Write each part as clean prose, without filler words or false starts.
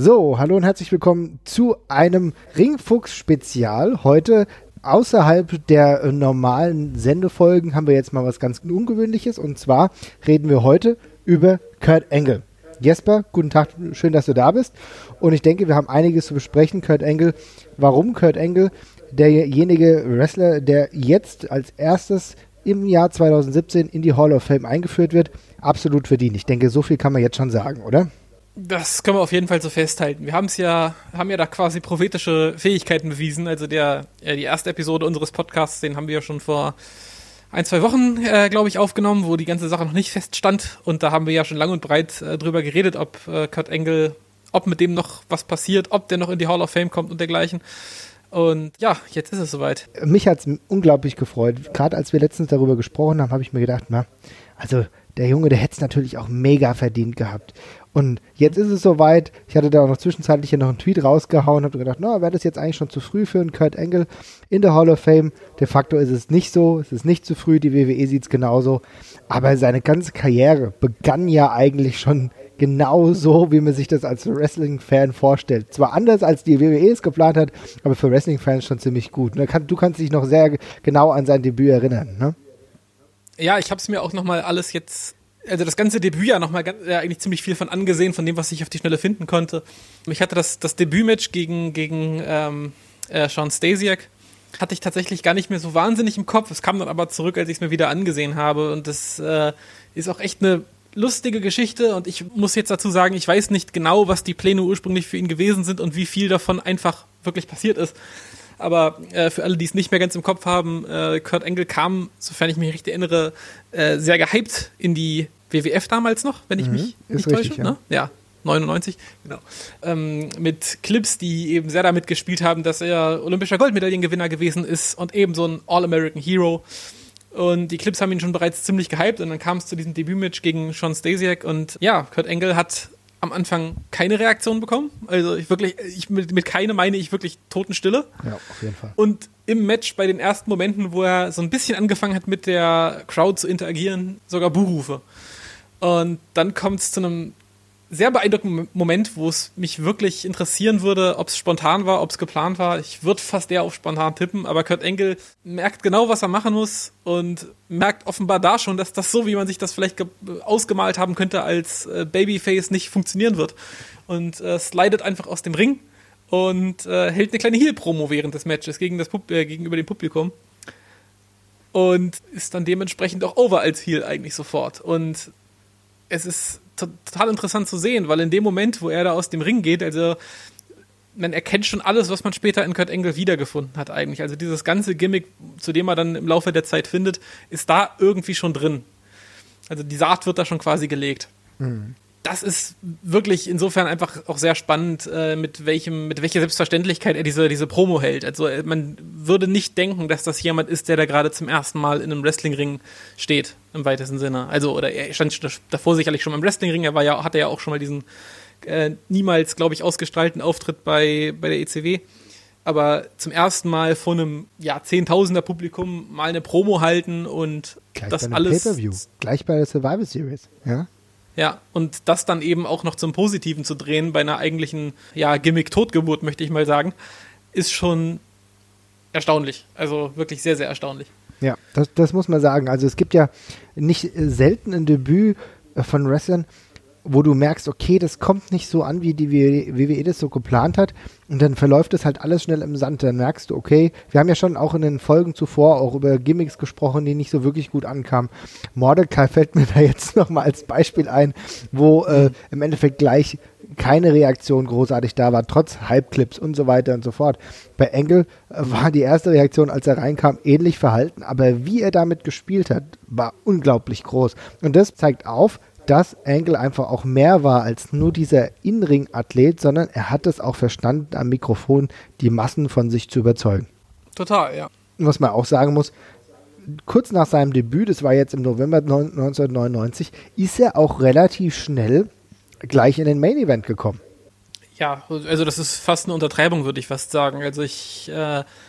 So, hallo und herzlich willkommen zu einem Ringfuchs-Spezial. Heute außerhalb der normalen Sendefolgen haben wir jetzt mal was ganz Ungewöhnliches. Und zwar reden wir heute über Kurt Angle. Jesper, guten Tag, schön, dass du da bist. Und ich denke, wir haben einiges zu besprechen. Kurt Angle, warum Kurt Angle, derjenige Wrestler, der jetzt als erstes im Jahr 2017 in die Hall of Fame eingeführt wird, absolut verdient. Ich denke, so viel kann man jetzt schon sagen, oder? Das können wir auf jeden Fall so festhalten. Wir haben ja da quasi prophetische Fähigkeiten bewiesen. Also die erste Episode unseres Podcasts, den haben wir ja schon vor 1-2 Wochen, glaube ich, aufgenommen, wo die ganze Sache noch nicht feststand. Und da haben wir ja schon lang und breit drüber geredet, ob Kurt Angle, ob mit dem noch was passiert, ob der noch in die Hall of Fame kommt und dergleichen. Und ja, jetzt ist es soweit. Mich hat es unglaublich gefreut. Gerade als wir letztens darüber gesprochen haben, habe ich mir gedacht, also der Junge, der hätte es natürlich auch mega verdient gehabt. Und jetzt ist es soweit. Ich hatte da auch noch zwischenzeitlich noch einen Tweet rausgehauen, habe gedacht, wäre das jetzt eigentlich schon zu früh für einen Kurt Angle in der Hall of Fame? De facto ist es nicht so. Es ist nicht zu früh. Die WWE sieht es genauso. Aber seine ganze Karriere begann ja eigentlich schon genau so, wie man sich das als Wrestling-Fan vorstellt. Zwar anders, als die WWE es geplant hat, aber für Wrestling-Fans schon ziemlich gut. Du kannst dich noch sehr genau an sein Debüt erinnern, ne? Ja, ich habe es mir auch nochmal alles jetzt, also das ganze Debüt ja nochmal eigentlich ziemlich viel von angesehen, von dem, was ich auf die Schnelle finden konnte. Ich hatte das Debütmatch gegen Shawn Stasiak, hatte ich tatsächlich gar nicht mehr so wahnsinnig im Kopf. Es kam dann aber zurück, als ich es mir wieder angesehen habe. Und das ist auch echt eine lustige Geschichte. Und ich muss jetzt dazu sagen, ich weiß nicht genau, was die Pläne ursprünglich für ihn gewesen sind und wie viel davon einfach wirklich passiert ist. Aber für alle, die es nicht mehr ganz im Kopf haben, Kurt Angle kam, sofern ich mich richtig erinnere, sehr gehypt in die WWF damals noch, wenn ich mich nicht täusche. Richtig, ja. Ne? Ja, 99, genau. Mit Clips, die eben sehr damit gespielt haben, dass er olympischer Goldmedaillengewinner gewesen ist und eben so ein All-American Hero. Und die Clips haben ihn schon bereits ziemlich gehypt und dann kam es zu diesem Debütmatch gegen Shawn Stasiak und ja, Kurt Angle hat am Anfang keine Reaktion bekommen. Also mit keine meine ich wirklich Totenstille. Ja, auf jeden Fall. Und im Match bei den ersten Momenten, wo er so ein bisschen angefangen hat, mit der Crowd zu interagieren, sogar Buhrufe. Und dann kommt es zu einem sehr beeindruckenden Moment, wo es mich wirklich interessieren würde, ob es spontan war, ob es geplant war. Ich würde fast eher auf spontan tippen, aber Kurt Angle merkt genau, was er machen muss und merkt offenbar da schon, dass das so, wie man sich das vielleicht ausgemalt haben könnte, als Babyface nicht funktionieren wird. Und slidet einfach aus dem Ring und hält eine kleine Heel-Promo während des Matches gegenüber dem Publikum. Und ist dann dementsprechend auch over als Heel eigentlich sofort. Und es ist total interessant zu sehen, weil in dem Moment, wo er da aus dem Ring geht, also man erkennt schon alles, was man später in Kurt Angle wiedergefunden hat eigentlich. Also dieses ganze Gimmick, zu dem man dann im Laufe der Zeit findet, ist da irgendwie schon drin. Also die Saat wird da schon quasi gelegt. Mhm. Das ist wirklich insofern einfach auch sehr spannend, mit welcher Selbstverständlichkeit er diese Promo hält. Also man würde nicht denken, dass das jemand ist, der da gerade zum ersten Mal in einem Wrestlingring steht, im weitesten Sinne. Also, oder er stand davor sicherlich schon im Wrestlingring, hatte ja auch schon mal diesen niemals, glaube ich, ausgestrahlten Auftritt bei der ECW. Aber zum ersten Mal vor einem Zehntausender Publikum mal eine Promo halten und gleich das bei alles. Pay-Per-View, gleich bei der Survivor Series, ja. Ja, und das dann eben auch noch zum Positiven zu drehen, bei einer eigentlichen, Gimmick-Totgeburt, möchte ich mal sagen, ist schon erstaunlich. Also wirklich sehr, sehr erstaunlich. Ja, das muss man sagen. Also es gibt ja nicht selten ein Debüt von Wrestlern, wo du merkst, okay, das kommt nicht so an, wie die WWE das so geplant hat und dann verläuft es halt alles schnell im Sand. Dann merkst du, okay, wir haben ja schon auch in den Folgen zuvor auch über Gimmicks gesprochen, die nicht so wirklich gut ankamen. Mordecai fällt mir da jetzt nochmal als Beispiel ein, wo im Endeffekt gleich keine Reaktion großartig da war, trotz Hype-Clips und so weiter und so fort. Bei Angle war die erste Reaktion, als er reinkam, ähnlich verhalten, aber wie er damit gespielt hat, war unglaublich groß. Und das zeigt auf, dass Angle einfach auch mehr war als nur dieser In-Ring-Athlet, sondern er hat es auch verstanden, am Mikrofon die Massen von sich zu überzeugen. Total, ja. Und was man auch sagen muss, kurz nach seinem Debüt, das war jetzt im November 1999, ist er auch relativ schnell gleich in den Main-Event gekommen. Ja, also das ist fast eine Untertreibung, würde ich fast sagen. Also ich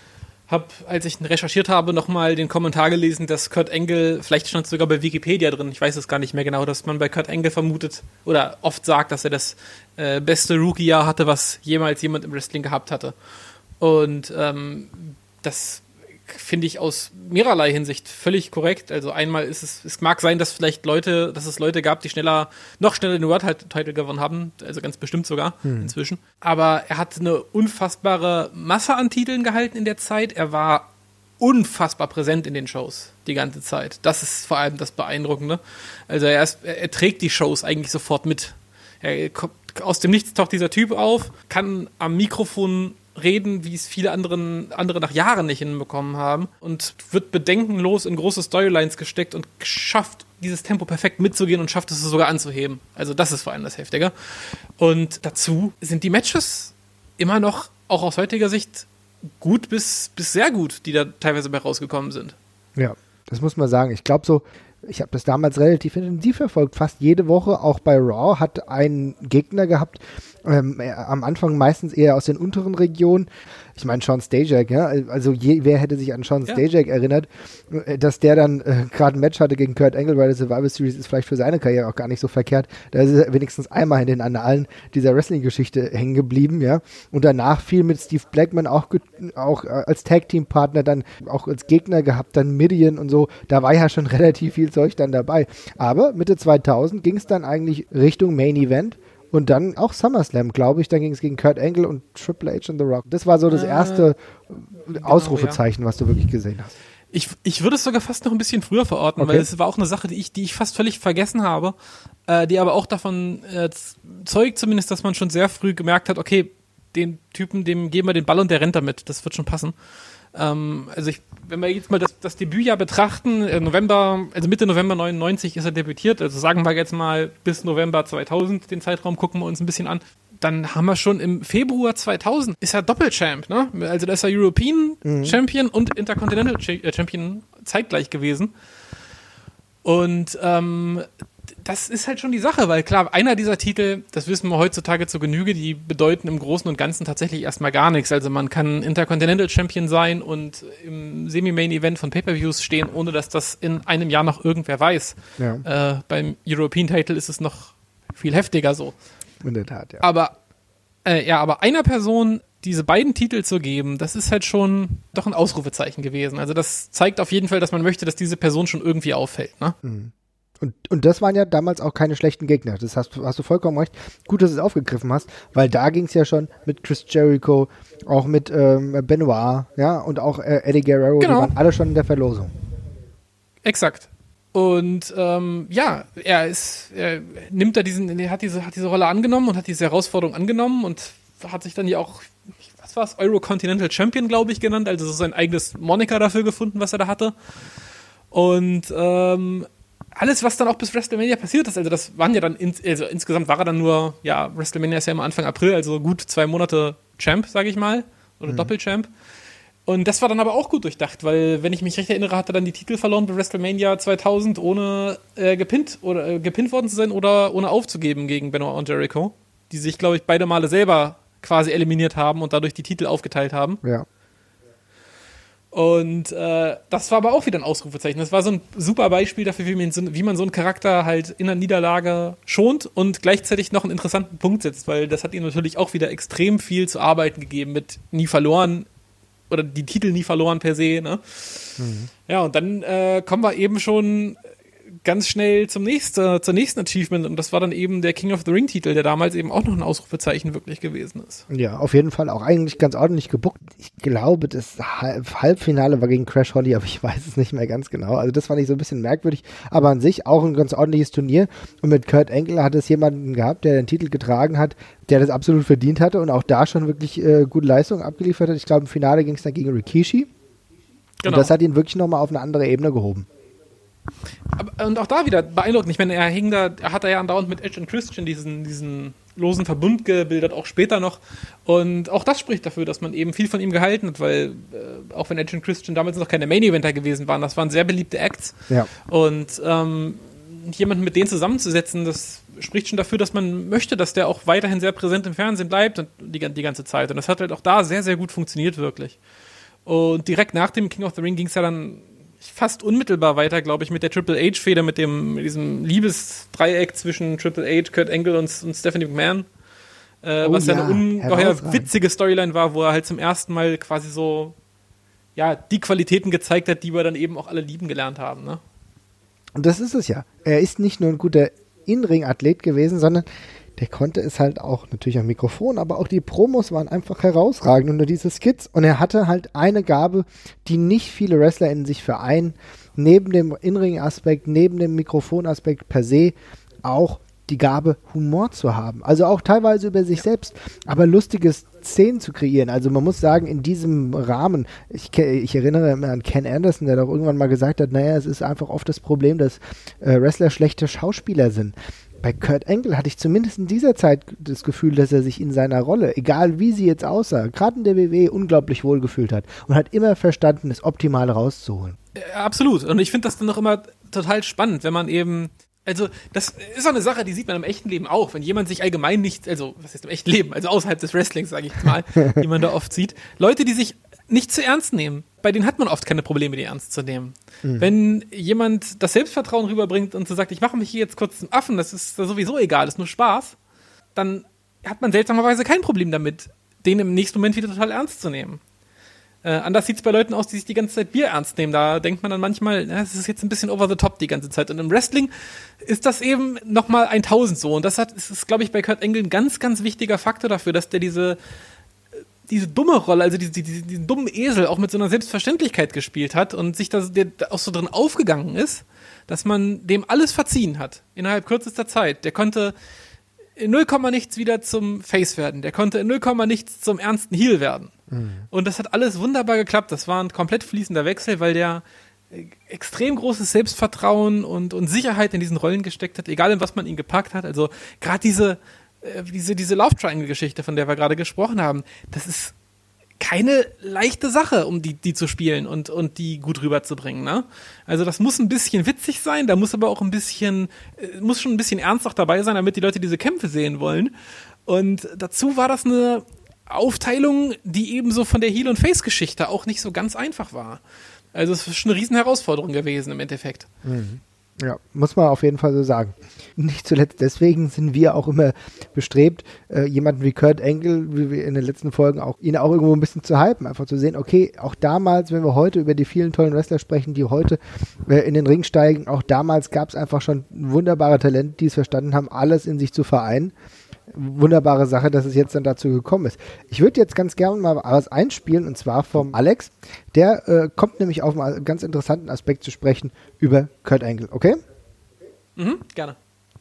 habe, als ich recherchiert habe, nochmal den Kommentar gelesen, dass Kurt Angle, vielleicht stand es sogar bei Wikipedia drin, ich weiß es gar nicht mehr genau, dass man bei Kurt Angle vermutet oder oft sagt, dass er das beste Rookie-Jahr hatte, was jemals jemand im Wrestling gehabt hatte. Und das finde ich aus mehrerlei Hinsicht völlig korrekt. Also einmal es mag sein, dass es Leute gab, die noch schneller den World-Title gewonnen haben, also ganz bestimmt sogar inzwischen. Aber er hat eine unfassbare Masse an Titeln gehalten in der Zeit. Er war unfassbar präsent in den Shows die ganze Zeit. Das ist vor allem das Beeindruckende. Also er trägt die Shows eigentlich sofort mit. Aus dem Nichts taucht dieser Typ auf, kann am Mikrofon reden, wie es viele andere nach Jahren nicht hinbekommen haben und wird bedenkenlos in große Storylines gesteckt und schafft, dieses Tempo perfekt mitzugehen und schafft es sogar anzuheben. Also das ist vor allem das Heftige. Und dazu sind die Matches immer noch, auch aus heutiger Sicht, gut bis sehr gut, die da teilweise bei rausgekommen sind. Ja, das muss man sagen. Ich glaube ich habe das damals relativ intensiv verfolgt. Fast jede Woche, auch bei Raw, hat ein Gegner gehabt, am Anfang meistens eher aus den unteren Regionen. Ich meine, Sean Stasiak, ja, also wer hätte sich an Sean Stasiak erinnert, dass der dann gerade ein Match hatte gegen Kurt Angle bei der Survivor Series, ist vielleicht für seine Karriere auch gar nicht so verkehrt. Da ist er wenigstens einmal in den Annalen dieser Wrestling-Geschichte hängen geblieben, ja. Und danach viel mit Steve Blackman auch als Tag-Team-Partner, dann auch als Gegner gehabt, dann Midian und so. Da war ja schon relativ viel Zeug dann dabei. Aber Mitte 2000 ging es dann eigentlich Richtung Main Event. Und dann auch SummerSlam, glaube ich. Dann ging es gegen Kurt Angle und Triple H und The Rock. Das war so das erste Ausrufezeichen, was du wirklich gesehen hast. Ich würde es sogar fast noch ein bisschen früher verorten, weil es war auch eine Sache, die ich fast völlig vergessen habe, die aber auch davon zeugt zumindest, dass man schon sehr früh gemerkt hat, okay, den Typen, dem geben wir den Ball und der rennt damit. Das wird schon passen. Wenn wir jetzt mal das Debütjahr betrachten, Mitte November 99 ist er debütiert, also sagen wir jetzt mal bis November 2000, den Zeitraum gucken wir uns ein bisschen an, dann haben wir schon im Februar 2000, ist er Doppelchamp, ne? Also da ist er European Champion und Intercontinental Champion zeitgleich gewesen. Und das ist halt schon die Sache, weil klar, einer dieser Titel, das wissen wir heutzutage zur Genüge, die bedeuten im Großen und Ganzen tatsächlich erstmal gar nichts. Also man kann Intercontinental Champion sein und im Semi-Main-Event von Pay-Per-Views stehen, ohne dass das in einem Jahr noch irgendwer weiß. Ja. Beim European Title ist es noch viel heftiger so. In der Tat, ja. Aber einer Person diese beiden Titel zu geben, das ist halt schon doch ein Ausrufezeichen gewesen. Also das zeigt auf jeden Fall, dass man möchte, dass diese Person schon irgendwie auffällt, ne? Mhm. Und das waren ja damals auch keine schlechten Gegner. Das hast du vollkommen recht. Gut, dass du es aufgegriffen hast, weil da ging es ja schon mit Chris Jericho, auch mit Benoit, ja, und auch Eddie Guerrero, Die waren alle schon in der Verlosung. Exakt. Und er hat diese Rolle angenommen und hat diese Herausforderung angenommen und hat sich dann ja auch, was war es, Eurocontinental Champion, glaube ich, genannt, also so sein eigenes Moniker dafür gefunden, was er da hatte. Und alles, was dann auch bis WrestleMania passiert ist, also das waren ja dann, insgesamt war er dann nur, ja, WrestleMania ist ja immer Anfang April, also gut 2 Monate Champ, sage ich mal, oder Doppelchamp. Und das war dann aber auch gut durchdacht, weil, wenn ich mich recht erinnere, hat er dann die Titel verloren bei WrestleMania 2000, ohne gepinnt worden zu sein oder ohne aufzugeben gegen Benoit und Jericho, die sich, glaube ich, beide Male selber quasi eliminiert haben und dadurch die Titel aufgeteilt haben. Ja. Und das war aber auch wieder ein Ausrufezeichen. Das war so ein super Beispiel dafür, wie man so einen Charakter halt in der Niederlage schont und gleichzeitig noch einen interessanten Punkt setzt, weil das hat ihm natürlich auch wieder extrem viel zu arbeiten gegeben mit nie verloren oder die Titel nie verloren per se. Ne? Mhm. Ja, und dann kommen wir eben schon ganz schnell zur nächsten Achievement und das war dann eben der King of the Ring-Titel, der damals eben auch noch ein Ausrufezeichen wirklich gewesen ist. Ja, auf jeden Fall auch eigentlich ganz ordentlich gebuckt. Ich glaube, das Halbfinale war gegen Crash Holly, aber ich weiß es nicht mehr ganz genau. Also das fand ich so ein bisschen merkwürdig, aber an sich auch ein ganz ordentliches Turnier und mit Kurt Angle hat es jemanden gehabt, der den Titel getragen hat, der das absolut verdient hatte und auch da schon wirklich gute Leistung abgeliefert hat. Ich glaube, im Finale ging es dann gegen Rikishi. Genau. Und das hat ihn wirklich nochmal auf eine andere Ebene gehoben. Und auch da wieder beeindruckend. Ich meine, er hat ja andauernd mit Edge und Christian diesen losen Verbund gebildet, auch später noch. Und auch das spricht dafür, dass man eben viel von ihm gehalten hat, weil auch wenn Edge und Christian damals noch keine Main-Eventer gewesen waren, das waren sehr beliebte Acts. Ja. Und jemanden mit denen zusammenzusetzen, das spricht schon dafür, dass man möchte, dass der auch weiterhin sehr präsent im Fernsehen bleibt und die ganze Zeit. Und das hat halt auch da sehr, sehr gut funktioniert, wirklich. Und direkt nach dem King of the Ring ging es ja dann fast unmittelbar weiter, glaube ich, mit der Triple H-Feder, mit diesem Liebesdreieck zwischen Triple H, Kurt Angle und Stephanie McMahon. Was ja eine ungeheuer witzige Storyline war, wo er halt zum ersten Mal quasi so die Qualitäten gezeigt hat, die wir dann eben auch alle lieben gelernt haben. Ne? Und das ist es ja. Er ist nicht nur ein guter In-Ring-Athlet gewesen, sondern der konnte es halt auch, natürlich am Mikrofon, aber auch die Promos waren einfach herausragend und nur diese Skits. Und er hatte halt eine Gabe, die nicht viele Wrestler in sich vereinen, neben dem In-Ring-Aspekt, neben dem Mikrofon-Aspekt per se, auch die Gabe, Humor zu haben. Also auch teilweise über sich selbst, aber lustige Szenen zu kreieren. Also man muss sagen, in diesem Rahmen, ich erinnere immer an Ken Anderson, der doch irgendwann mal gesagt hat, naja, es ist einfach oft das Problem, dass Wrestler schlechte Schauspieler sind. Bei Kurt Angle hatte ich zumindest in dieser Zeit das Gefühl, dass er sich in seiner Rolle, egal wie sie jetzt aussah, gerade in der WWE unglaublich wohlgefühlt hat und hat immer verstanden, das Optimale rauszuholen. Absolut. Und ich finde das dann noch immer total spannend, wenn man eben also, das ist auch eine Sache, die sieht man im echten Leben auch. Wenn jemand sich allgemein nicht, also, was heißt im echten Leben, also außerhalb des Wrestlings, sage ich mal, wie man da oft sieht, Leute, die sich nicht zu ernst nehmen, bei denen hat man oft keine Probleme, die ernst zu nehmen. Mhm. Wenn jemand das Selbstvertrauen rüberbringt und so sagt, ich mache mich hier jetzt kurz zum Affen, das ist sowieso egal, das ist nur Spaß, dann hat man seltsamerweise kein Problem damit, den im nächsten Moment wieder total ernst zu nehmen. Anders sieht es bei Leuten aus, die sich die ganze Zeit Bier ernst nehmen. Da denkt man dann manchmal, es ist jetzt ein bisschen over the top die ganze Zeit. Und im Wrestling ist das eben nochmal 1000 so. Und das ist, glaube ich, bei Kurt Angle ein ganz, ganz wichtiger Faktor dafür, dass der diese dumme Rolle, also diesen dummen Esel auch mit so einer Selbstverständlichkeit gespielt hat und sich der auch so drin aufgegangen ist, dass man dem alles verziehen hat innerhalb kürzester Zeit. Der konnte in 0, nichts wieder zum Face werden. Der konnte in 0, nichts zum ernsten Heel werden. Mhm. Und das hat alles wunderbar geklappt. Das war ein komplett fließender Wechsel, weil der extrem großes Selbstvertrauen und Sicherheit in diesen Rollen gesteckt hat, egal in was man ihn gepackt hat. Also gerade diese Love Triangle-Geschichte, von der wir gerade gesprochen haben, das ist keine leichte Sache, um die zu spielen und die gut rüberzubringen, ne? Also das muss ein bisschen witzig sein, da muss aber auch muss schon ein bisschen ernst auch dabei sein, damit die Leute diese Kämpfe sehen wollen. Und dazu war das eine Aufteilung, die ebenso von der Heel- und Face-Geschichte auch nicht so ganz einfach war. Also es ist schon eine riesen Herausforderung gewesen im Endeffekt. Mhm. Ja, muss man auf jeden Fall so sagen. Nicht zuletzt deswegen sind wir auch immer bestrebt, jemanden wie Kurt Angle, wie wir in den letzten Folgen ihn auch irgendwo ein bisschen zu hypen, einfach zu sehen, okay, auch damals, wenn wir heute über die vielen tollen Wrestler sprechen, die heute in den Ring steigen, auch damals gab es einfach schon wunderbare Talente, die es verstanden haben, alles in sich zu vereinen. Wunderbare Sache, dass es jetzt dann dazu gekommen ist. Ich würde jetzt ganz gerne mal was einspielen, und zwar vom Alex. Der kommt nämlich auf einen ganz interessanten Aspekt zu sprechen über Kurt Angle, okay? Mhm, gerne.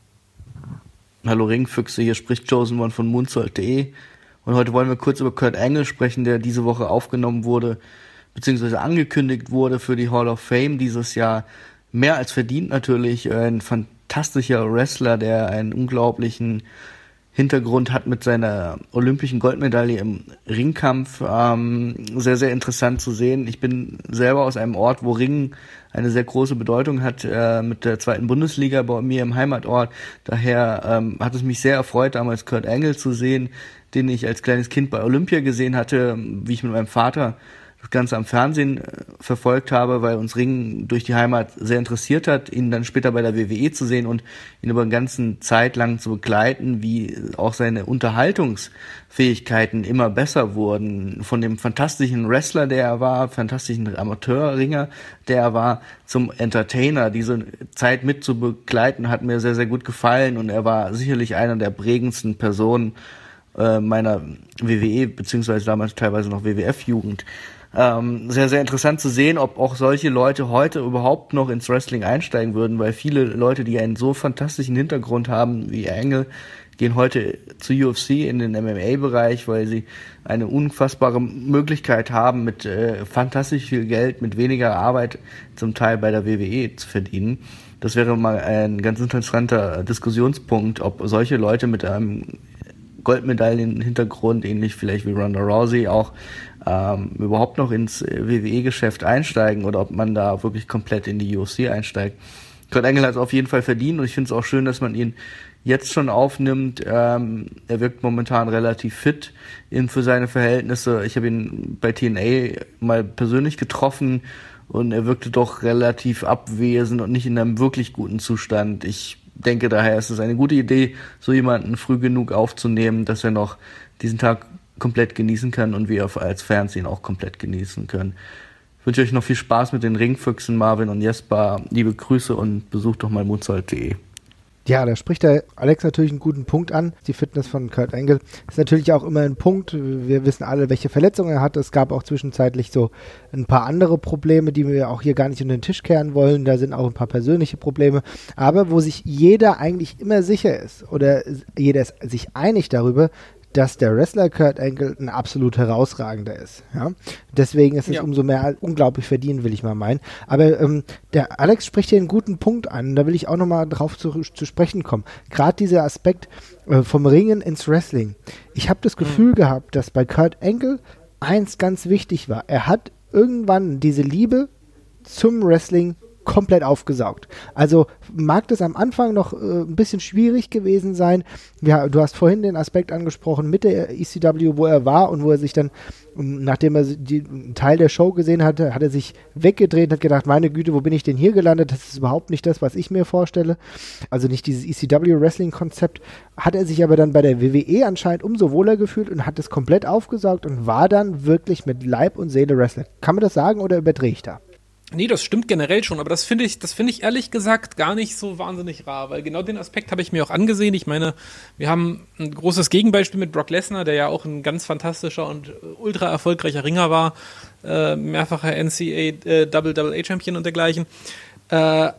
Hallo Ringfüchse, hier spricht Chosen One von Moonsault.de und heute wollen wir kurz über Kurt Angle sprechen, der diese Woche aufgenommen wurde, beziehungsweise angekündigt wurde für die Hall of Fame dieses Jahr. Mehr als verdient natürlich, ein fantastischer Wrestler, der einen unglaublichen Hintergrund hat mit seiner olympischen Goldmedaille im Ringkampf. Sehr, sehr interessant zu sehen. Ich bin selber aus einem Ort, wo Ringen eine sehr große Bedeutung hat, mit der 2. Bundesliga bei mir im Heimatort. Daher hat es mich sehr erfreut, damals Kurt Angle zu sehen, den ich als kleines Kind bei Olympia gesehen hatte, wie ich mit meinem Vater das Ganze am Fernsehen verfolgt habe, weil uns Ringen durch die Heimat sehr interessiert hat, ihn dann später bei der WWE zu sehen und ihn über eine ganze Zeit lang zu begleiten, wie auch seine Unterhaltungsfähigkeiten immer besser wurden. Von dem fantastischen Wrestler, der er war, fantastischen Amateurringer, der er war, zum Entertainer. Diese Zeit mit zu begleiten hat mir sehr, sehr gut gefallen und er war sicherlich einer der prägendsten Personen meiner WWE, beziehungsweise damals teilweise noch WWF-Jugend. Sehr, sehr interessant zu sehen, ob auch solche Leute heute überhaupt noch ins Wrestling einsteigen würden, weil viele Leute, die einen so fantastischen Hintergrund haben wie Angle, gehen heute zu UFC in den MMA-Bereich, weil sie eine unfassbare Möglichkeit haben, mit fantastisch viel Geld, mit weniger Arbeit zum Teil bei der WWE zu verdienen. Das wäre mal ein ganz interessanter Diskussionspunkt, ob solche Leute mit einem Goldmedaillen-Hintergrund, ähnlich vielleicht wie Ronda Rousey, auch überhaupt noch ins WWE-Geschäft einsteigen oder ob man da wirklich komplett in die UFC einsteigt. Kurt Angle hat es auf jeden Fall verdient und ich finde es auch schön, dass man ihn jetzt schon aufnimmt. Er wirkt momentan relativ fit für seine Verhältnisse. Ich habe ihn bei TNA mal persönlich getroffen und er wirkte doch relativ abwesend und nicht in einem wirklich guten Zustand. Ich denke daher, ist es eine gute Idee, so jemanden früh genug aufzunehmen, dass er noch diesen Tag komplett genießen kann und wir als Fans ihn auch komplett genießen können. Ich wünsche euch noch viel Spaß mit den Ringfüchsen Marvin und Jesper. Liebe Grüße und besucht doch mal moonsault.de. Ja, da spricht der Alex natürlich einen guten Punkt an. Die Fitness von Kurt Angle ist natürlich auch immer ein Punkt. Wir wissen alle, welche Verletzungen er hat. Es gab auch zwischenzeitlich so ein paar andere Probleme, die wir auch hier gar nicht unter den Tisch kehren wollen. Da sind auch ein paar persönliche Probleme. Aber wo sich jeder eigentlich immer sicher ist oder jeder ist sich einig darüber, dass der Wrestler Kurt Angle ein absolut herausragender ist. Ja? Deswegen ist es umso mehr unglaublich verdient, will ich mal meinen. Aber der Alex spricht hier einen guten Punkt an. Da will ich auch nochmal drauf zu sprechen kommen. Gerade dieser Aspekt vom Ringen ins Wrestling. Ich habe das Gefühl gehabt, dass bei Kurt Angle eins ganz wichtig war. Er hat irgendwann diese Liebe zum Wrestling komplett aufgesaugt. Also mag das am Anfang noch ein bisschen schwierig gewesen sein. Ja, du hast vorhin den Aspekt angesprochen mit der ECW, wo er war und wo er sich dann, nachdem er einen Teil der Show gesehen hatte, hat er sich weggedreht und hat gedacht, meine Güte, wo bin ich denn hier gelandet? Das ist überhaupt nicht das, was ich mir vorstelle. Also nicht dieses ECW-Wrestling-Konzept. Hat er sich aber dann bei der WWE anscheinend umso wohler gefühlt und hat es komplett aufgesaugt und war dann wirklich mit Leib und Seele Wrestler. Kann man das sagen oder überdrehe ich da? Nee, das stimmt generell schon, aber das finde ich ehrlich gesagt gar nicht so wahnsinnig rar, weil genau den Aspekt habe ich mir auch angesehen. Ich meine, wir haben ein großes Gegenbeispiel mit Brock Lesnar, der ja auch ein ganz fantastischer und ultra erfolgreicher Ringer war, mehrfacher NCAA Double-A-Champion und dergleichen, der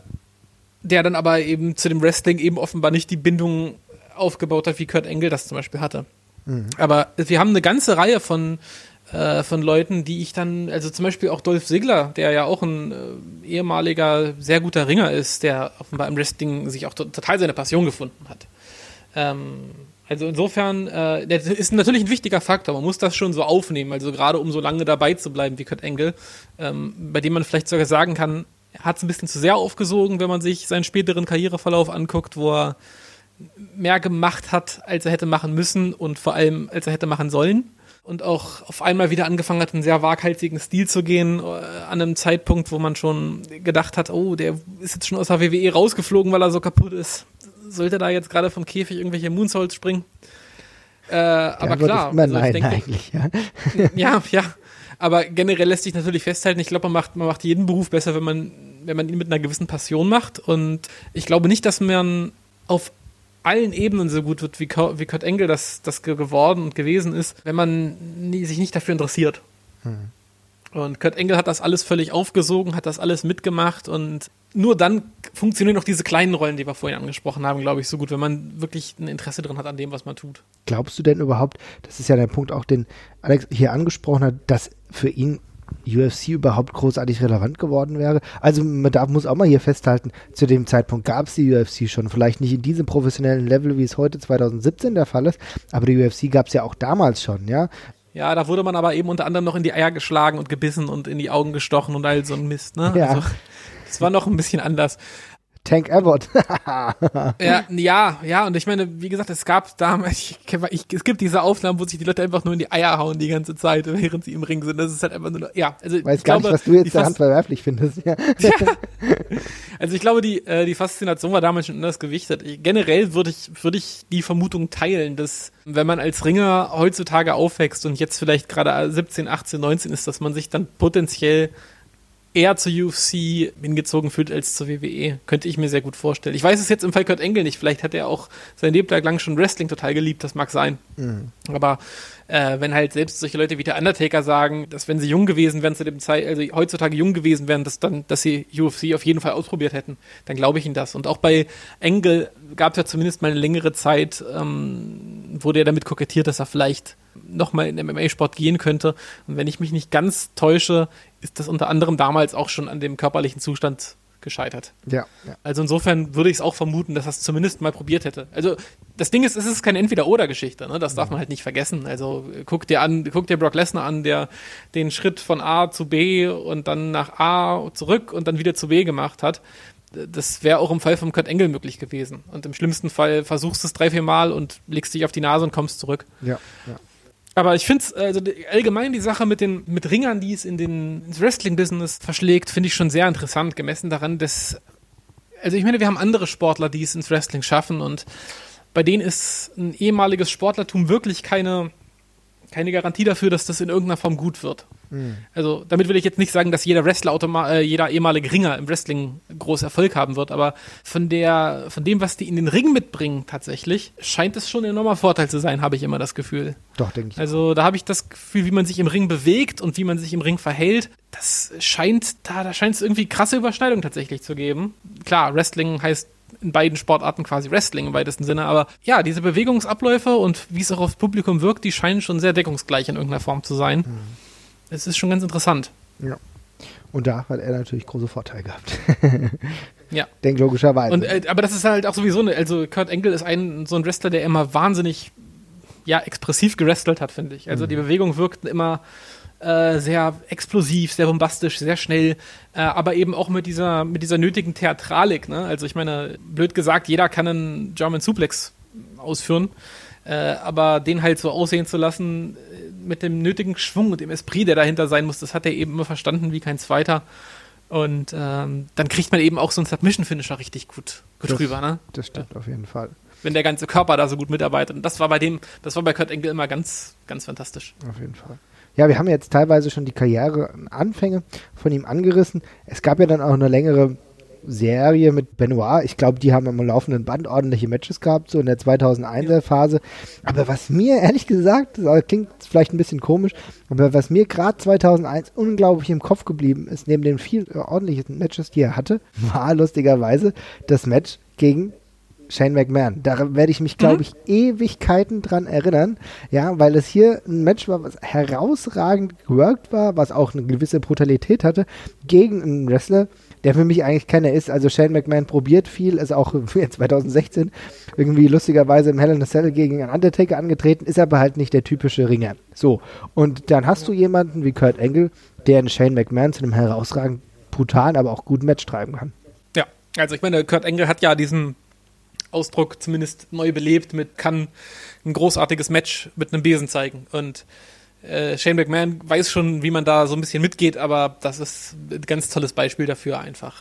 dann aber eben zu dem Wrestling eben offenbar nicht die Bindung aufgebaut hat, wie Kurt Angle das zum Beispiel hatte. Mhm. Aber wir haben eine ganze Reihe von Leuten, die ich dann, also zum Beispiel auch Dolph Ziggler, der ja auch ein ehemaliger, sehr guter Ringer ist, der offenbar im Wrestling sich auch total seine Passion gefunden hat. Also insofern, das ist natürlich ein wichtiger Faktor, man muss das schon so aufnehmen, also gerade um so lange dabei zu bleiben wie Kurt Angle, bei dem man vielleicht sogar sagen kann, er hat es ein bisschen zu sehr aufgesogen, wenn man sich seinen späteren Karriereverlauf anguckt, wo er mehr gemacht hat, als er hätte machen müssen und vor allem, als er hätte machen sollen. Und auch auf einmal wieder angefangen hat, einen sehr waghalsigen Stil zu gehen, an einem Zeitpunkt, wo man schon gedacht hat, oh, der ist jetzt schon aus der WWE rausgeflogen, weil er so kaputt ist. Sollte da jetzt gerade vom Käfig irgendwelche Moonsaults springen? Aber klar. Immer also, nein, eigentlich, ja. Ja, aber generell lässt sich natürlich festhalten, ich glaube, man macht jeden Beruf besser, wenn man ihn mit einer gewissen Passion macht. Und ich glaube nicht, dass man auf allen Ebenen so gut wird, wie Kurt Angle das geworden und gewesen ist, wenn man sich nicht dafür interessiert. Und Kurt Angle hat das alles völlig aufgesogen, hat das alles mitgemacht und nur dann funktionieren auch diese kleinen Rollen, die wir vorhin angesprochen haben, glaube ich, so gut, wenn man wirklich ein Interesse drin hat an dem, was man tut. Glaubst du denn überhaupt, das ist ja der Punkt auch, den Alex hier angesprochen hat, dass für ihn UFC überhaupt großartig relevant geworden wäre? Also man muss auch mal hier festhalten, zu dem Zeitpunkt gab es die UFC schon, vielleicht nicht in diesem professionellen Level, wie es heute 2017 der Fall ist, aber die UFC gab es ja auch damals schon, ja? Ja, da wurde man aber eben unter anderem noch in die Eier geschlagen und gebissen und in die Augen gestochen und all so ein Mist, ne? Ja. Also, das war noch ein bisschen anders. Tank Abbott. ja, und ich meine, wie gesagt, es gab damals, es gibt diese Aufnahmen, wo sich die Leute einfach nur in die Eier hauen die ganze Zeit, während sie im Ring sind. Das ist halt einfach nur, ja. Also weiß gar nicht, was du jetzt daran verwerflich findest. Ja. Ja. Also ich glaube, die Faszination war damals schon anders gewichtet. Generell würde ich die Vermutung teilen, dass wenn man als Ringer heutzutage aufwächst und jetzt vielleicht gerade 17, 18, 19 ist, dass man sich dann potenziell eher zur UFC hingezogen fühlt als zur WWE. Könnte ich mir sehr gut vorstellen. Ich weiß es jetzt im Fall Kurt Angle nicht. Vielleicht hat er auch sein Leben lang schon Wrestling total geliebt. Das mag sein. Mhm. Aber wenn halt selbst solche Leute wie der Undertaker sagen, dass wenn sie jung gewesen wären zu dem Zeit, also heutzutage jung gewesen wären, dass sie UFC auf jeden Fall ausprobiert hätten, dann glaube ich ihnen das. Und auch bei Angle gab es ja zumindest mal eine längere Zeit, wo der damit kokettiert, dass er vielleicht nochmal in den MMA-Sport gehen könnte. Und wenn ich mich nicht ganz täusche, ist das unter anderem damals auch schon an dem körperlichen Zustand gescheitert. Ja. Also insofern würde ich es auch vermuten, dass er es zumindest mal probiert hätte. Also das Ding ist, es ist keine Entweder-Oder-Geschichte, ne? Das darf man halt nicht vergessen. Also guck dir Brock Lesnar an, der den Schritt von A zu B und dann nach A zurück und dann wieder zu B gemacht hat. das wäre auch im Fall von Kurt Angle möglich gewesen. Und im schlimmsten Fall versuchst du es 3-4 Mal und legst dich auf die Nase und kommst zurück. Ja. Aber ich finde es, also allgemein die Sache mit Ringern, die es ins Wrestling-Business verschlägt, finde ich schon sehr interessant, gemessen daran, dass, also ich meine, wir haben andere Sportler, die es ins Wrestling schaffen und bei denen ist ein ehemaliges Sportlertum wirklich keine Garantie dafür, dass das in irgendeiner Form gut wird. Also damit will ich jetzt nicht sagen, dass jeder Wrestler jeder ehemalige Ringer im Wrestling groß Erfolg haben wird, aber von dem, was die in den Ring mitbringen tatsächlich, scheint es schon ein enormer Vorteil zu sein, habe ich immer das Gefühl. Doch, denke ich. Also da habe ich das Gefühl, wie man sich im Ring bewegt und wie man sich im Ring verhält, da scheint es irgendwie krasse Überschneidungen tatsächlich zu geben. Klar, Wrestling heißt in beiden Sportarten quasi Wrestling im weitesten Sinne, aber ja, diese Bewegungsabläufe und wie es auch aufs Publikum wirkt, die scheinen schon sehr deckungsgleich in irgendeiner Form zu sein. Es ist schon ganz interessant. Ja. Und da hat er natürlich große Vorteile gehabt. Ja. Denk logischerweise. Aber das ist halt auch sowieso, also Kurt Angle ist so ein Wrestler, der immer wahnsinnig expressiv gewrestelt hat, finde ich. Also die Bewegungen wirkten immer sehr explosiv, sehr bombastisch, sehr schnell, aber eben auch mit dieser nötigen Theatralik. Ne? Also ich meine, blöd gesagt, jeder kann einen German Suplex ausführen, aber den halt so aussehen zu lassen mit dem nötigen Schwung und dem Esprit, der dahinter sein muss, das hat er eben immer verstanden wie kein zweiter. Und dann kriegt man eben auch so einen Submission-Finisher richtig gut rüber. Ne? Das stimmt auf jeden Fall. Wenn der ganze Körper da so gut mitarbeitet. Und das war bei Kurt Angle immer ganz, ganz fantastisch. Auf jeden Fall. Ja, wir haben jetzt teilweise schon die Karriereanfänge von ihm angerissen. Es gab ja dann auch eine längere Serie mit Benoit. Ich glaube, die haben am laufenden Band ordentliche Matches gehabt, so in der 2001er Phase. Aber was mir, ehrlich gesagt, das klingt vielleicht ein bisschen komisch, aber was mir gerade 2001 unglaublich im Kopf geblieben ist, neben den vielen ordentlichen Matches, die er hatte, war lustigerweise das Match gegen Shane McMahon. Da werde ich mich, glaube ich, Ewigkeiten dran erinnern, ja, weil es hier ein Match war, was herausragend geworkt war, was auch eine gewisse Brutalität hatte, gegen einen Wrestler, der für mich eigentlich keiner ist. Also Shane McMahon probiert viel, ist auch 2016 irgendwie lustigerweise im Hell in a Cell gegen einen Undertaker angetreten, ist aber halt nicht der typische Ringer. So, und dann hast du jemanden wie Kurt Angle, der einen Shane McMahon zu einem herausragend brutalen, aber auch guten Match treiben kann. Ja, also ich meine, Kurt Angle hat ja diesen Ausdruck zumindest neu belebt kann ein großartiges Match mit einem Besen zeigen. Und Shane McMahon weiß schon, wie man da so ein bisschen mitgeht, aber das ist ein ganz tolles Beispiel dafür einfach.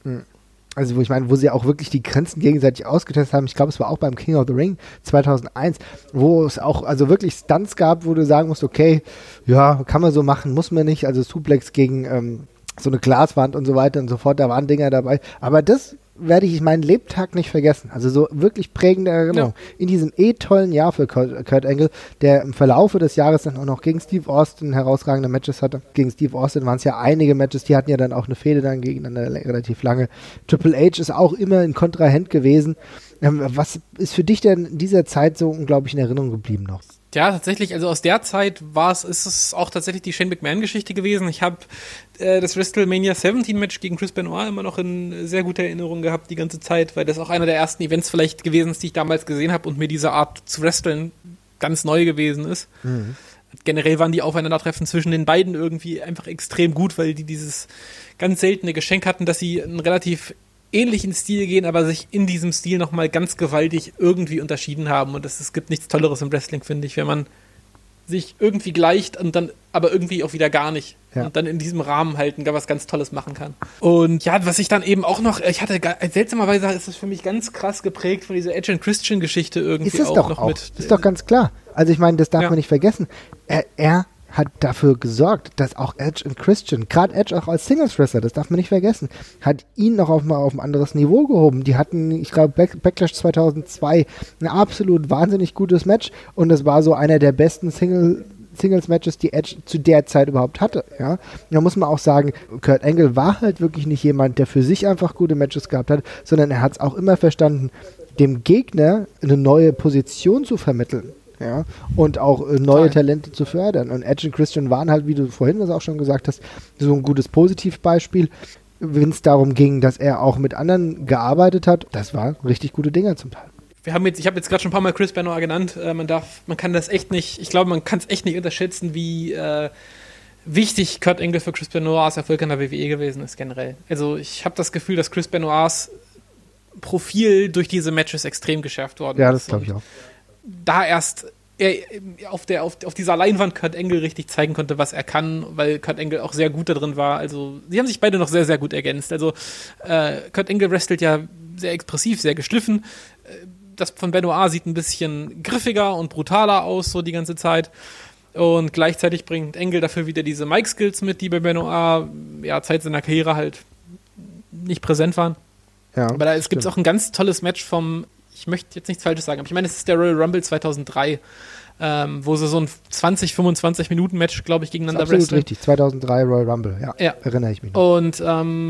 Also wo sie auch wirklich die Grenzen gegenseitig ausgetestet haben. Ich glaube, es war auch beim King of the Ring 2001, wo es auch also wirklich Stunts gab, wo du sagen musst, okay, ja, kann man so machen, muss man nicht. Also Suplex gegen so eine Glaswand und so weiter und so fort, da waren Dinger dabei. Aber das werde ich meinen Lebtag nicht vergessen. Also so wirklich prägende Erinnerung. Ja. In diesem tollen Jahr für Kurt Angle, der im Verlaufe des Jahres dann auch noch gegen Steve Austin herausragende Matches hatte. Gegen Steve Austin waren es ja einige Matches, die hatten ja dann auch eine Fehde dann gegeneinander relativ lange. Triple H ist auch immer ein Kontrahent gewesen. Was ist für dich denn in dieser Zeit so unglaublich in Erinnerung geblieben noch? Ja, tatsächlich, also aus der Zeit ist es auch tatsächlich die Shane McMahon-Geschichte gewesen. Ich habe das WrestleMania 17-Match gegen Chris Benoit immer noch in sehr guter Erinnerung gehabt die ganze Zeit, weil das auch einer der ersten Events vielleicht gewesen ist, die ich damals gesehen habe und mir diese Art zu wresteln ganz neu gewesen ist. Generell waren die Aufeinandertreffen zwischen den beiden irgendwie einfach extrem gut, weil die dieses ganz seltene Geschenk hatten, dass sie einen relativ ähnlichen Stil gehen, aber sich in diesem Stil nochmal ganz gewaltig irgendwie unterschieden haben. Und es gibt nichts Tolleres im Wrestling, finde ich, wenn man sich irgendwie gleicht und dann aber irgendwie auch wieder gar nicht. Ja. Und dann in diesem Rahmen halt was ganz Tolles machen kann. Und ja, was ich dann eben auch noch, seltsamerweise ist es für mich ganz krass geprägt von dieser Edge and Christian Geschichte irgendwie ist es auch doch noch auch. Mit. Ist doch ganz klar. Also ich meine, das darf man nicht vergessen. Er hat dafür gesorgt, dass auch Edge und Christian, gerade Edge auch als Singles-Wrestler, das darf man nicht vergessen, hat ihn noch auf ein anderes Niveau gehoben. Die hatten, ich glaube, Backlash 2002 ein absolut wahnsinnig gutes Match und das war so einer der besten Singles-Matches, die Edge zu der Zeit überhaupt hatte. Ja? Da muss man auch sagen, Kurt Angle war halt wirklich nicht jemand, der für sich einfach gute Matches gehabt hat, sondern er hat es auch immer verstanden, dem Gegner eine neue Position zu vermitteln. Ja, und auch neue Talente zu fördern. Und Edge und Christian waren halt, wie du vorhin das auch schon gesagt hast, so ein gutes Positivbeispiel. Wenn es darum ging, dass er auch mit anderen gearbeitet hat, das waren richtig gute Dinger zum Teil. Ich habe jetzt gerade schon ein paar Mal Chris Benoit genannt. Man kann das echt nicht, ich glaube, man kann es echt nicht unterschätzen, wie wichtig Kurt Angle für Chris Benoits Erfolg in der WWE gewesen ist generell. Also ich habe das Gefühl, dass Chris Benoits Profil durch diese Matches extrem geschärft worden ist. Ja, das glaube ich auch. Da erst er auf dieser Leinwand Kurt Angle richtig zeigen konnte, was er kann, weil Kurt Angle auch sehr gut da drin war. Also sie haben sich beide noch sehr, sehr gut ergänzt. Also Kurt Angle wrestelt ja sehr expressiv, sehr geschliffen. Das von Benoit sieht ein bisschen griffiger und brutaler aus, so die ganze Zeit. Und gleichzeitig bringt Angle dafür wieder diese Mic-Skills mit, die bei Benoit Zeit seiner Karriere halt nicht präsent waren. Ja, aber es gibt auch ein ganz tolles Match ich möchte jetzt nichts Falsches sagen, aber ich meine, es ist der Royal Rumble 2003, wo sie so ein 20-25 Minuten Match, glaube ich, gegeneinander wresteln. Absolut richtig, 2003 Royal Rumble, ja. Erinnere ich mich noch. Und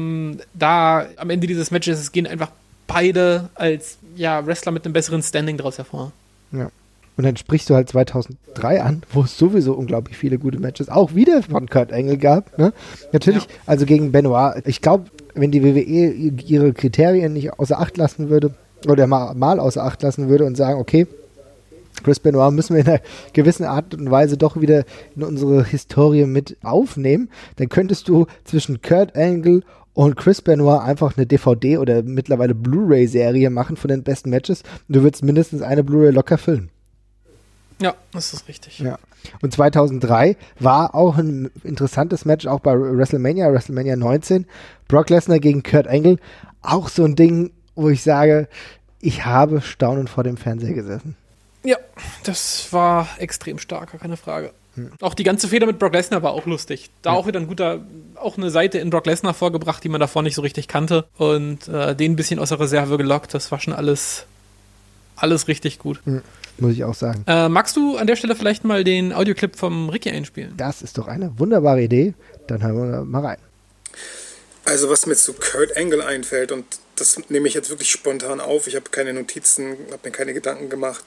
da am Ende dieses Matches gehen einfach beide als Wrestler mit einem besseren Standing daraus hervor. Ja. Und dann sprichst du halt 2003 an, wo es sowieso unglaublich viele gute Matches auch wieder von Kurt Angle gab. Ne? Natürlich, also gegen Benoit. Ich glaube, wenn die WWE ihre Kriterien nicht außer Acht lassen würde, oder mal außer Acht lassen würde und sagen, okay, Chris Benoit müssen wir in einer gewissen Art und Weise doch wieder in unsere Historie mit aufnehmen, dann könntest du zwischen Kurt Angle und Chris Benoit einfach eine DVD oder mittlerweile Blu-ray-Serie machen von den besten Matches und du würdest mindestens eine Blu-ray locker füllen. Ja, das ist richtig. Ja. Und 2003 war auch ein interessantes Match, auch bei WrestleMania 19, Brock Lesnar gegen Kurt Angle, auch so ein Ding, wo ich sage, ich habe staunend vor dem Fernseher gesessen. Ja, das war extrem stark, keine Frage. Auch die ganze Feder mit Brock Lesnar war auch lustig. Da auch wieder auch eine Seite in Brock Lesnar vorgebracht, die man davor nicht so richtig kannte und den ein bisschen aus der Reserve gelockt. Das war schon alles richtig gut. Muss ich auch sagen. Magst du an der Stelle vielleicht mal den Audioclip vom Ricky einspielen? Das ist doch eine wunderbare Idee. Dann hören wir mal rein. Also was mir zu Kurt Angle einfällt, und das nehme ich jetzt wirklich spontan auf, ich habe keine Notizen, habe mir keine Gedanken gemacht,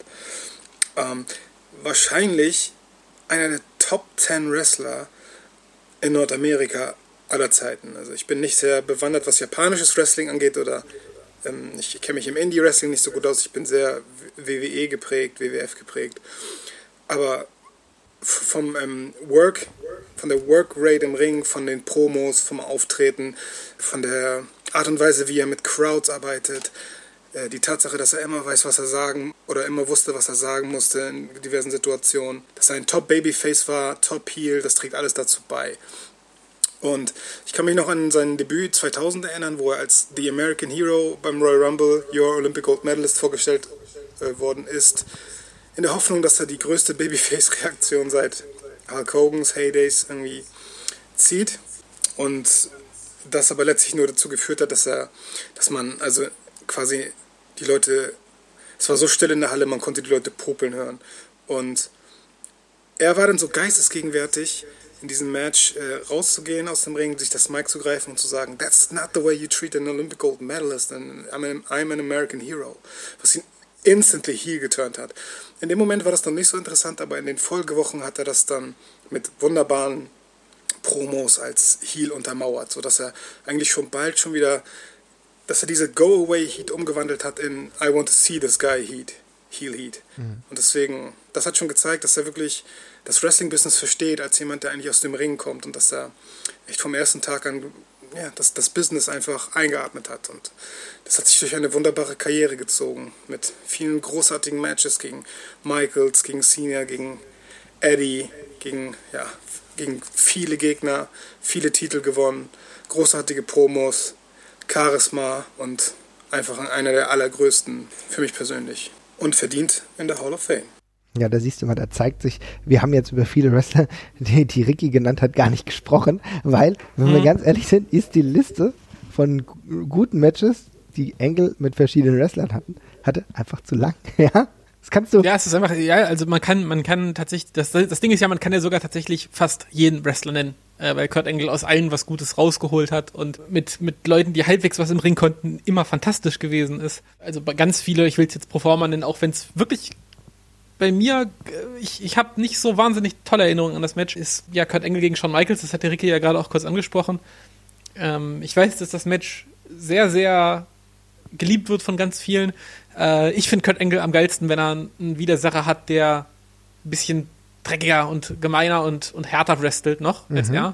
wahrscheinlich einer der Top 10 Wrestler in Nordamerika aller Zeiten. Also ich bin nicht sehr bewandert, was japanisches Wrestling angeht, oder ich kenne mich im Indie-Wrestling nicht so gut aus, ich bin sehr WWE geprägt, WWF geprägt, aber von der Workrate im Ring, von den Promos, vom Auftreten, von der Art und Weise, wie er mit Crowds arbeitet, die Tatsache, dass er immer weiß, was er sagen, oder immer wusste, was er sagen musste in diversen Situationen, dass er ein Top-Babyface war, Top-Heel, das trägt alles dazu bei. Und ich kann mich noch an sein Debüt 2000 erinnern, wo er als The American Hero beim Royal Rumble, Your Olympic Gold Medalist, vorgestellt worden ist, in der Hoffnung, dass er die größte Babyface-Reaktion seit Hulk Hogans Heydays irgendwie zieht. Und das aber letztlich nur dazu geführt hat, dass man also quasi die Leute, es war so still in der Halle, man konnte die Leute popeln hören. Und er war dann so geistesgegenwärtig, in diesem Match rauszugehen aus dem Ring, sich das Mic zu greifen und zu sagen, that's not the way you treat an Olympic Gold Medalist and I'm an American Hero. Was ihn instantly heel geturnt hat. In dem Moment war das noch nicht so interessant, aber in den Folgewochen hat er das dann mit wunderbaren Promos als Heel untermauert, sodass er eigentlich schon bald schon wieder, dass er diese Go-Away-Heat umgewandelt hat in I want to see this guy Heat, Heel Heat. Und deswegen, das hat schon gezeigt, dass er wirklich das Wrestling-Business versteht, als jemand, der eigentlich aus dem Ring kommt und dass er echt vom ersten Tag an das Business einfach eingeatmet hat. Und das hat sich durch eine wunderbare Karriere gezogen, mit vielen großartigen Matches gegen Michaels, gegen Cena, gegen Eddie, gegen viele Gegner, viele Titel gewonnen, großartige Promos, Charisma und einfach einer der allergrößten für mich persönlich und verdient in der Hall of Fame. Ja, da siehst du mal, da zeigt sich, wir haben jetzt über viele Wrestler, die Ricky genannt hat, gar nicht gesprochen, weil, wenn wir ganz ehrlich sind, ist die Liste von guten Matches, die Angle mit verschiedenen Wrestlern hatte einfach zu lang, ja. Das kannst du. Ja, es ist einfach, also man kann tatsächlich, das Ding ist ja, man kann ja sogar tatsächlich fast jeden Wrestler nennen, weil Kurt Angle aus allen was Gutes rausgeholt hat und mit Leuten, die halbwegs was im Ring konnten, immer fantastisch gewesen ist. Also bei ganz viele, ich will es jetzt pro forma nennen, auch wenn es wirklich bei mir, ich habe nicht so wahnsinnig tolle Erinnerungen an das Match, ist ja Kurt Angle gegen Shawn Michaels, das hat der Ricky ja gerade auch kurz angesprochen. Ich weiß, dass das Match sehr, sehr geliebt wird von ganz vielen. Ich finde Kurt Angle am geilsten, wenn er einen Widersacher hat, der ein bisschen dreckiger und gemeiner und härter wrestelt noch als er.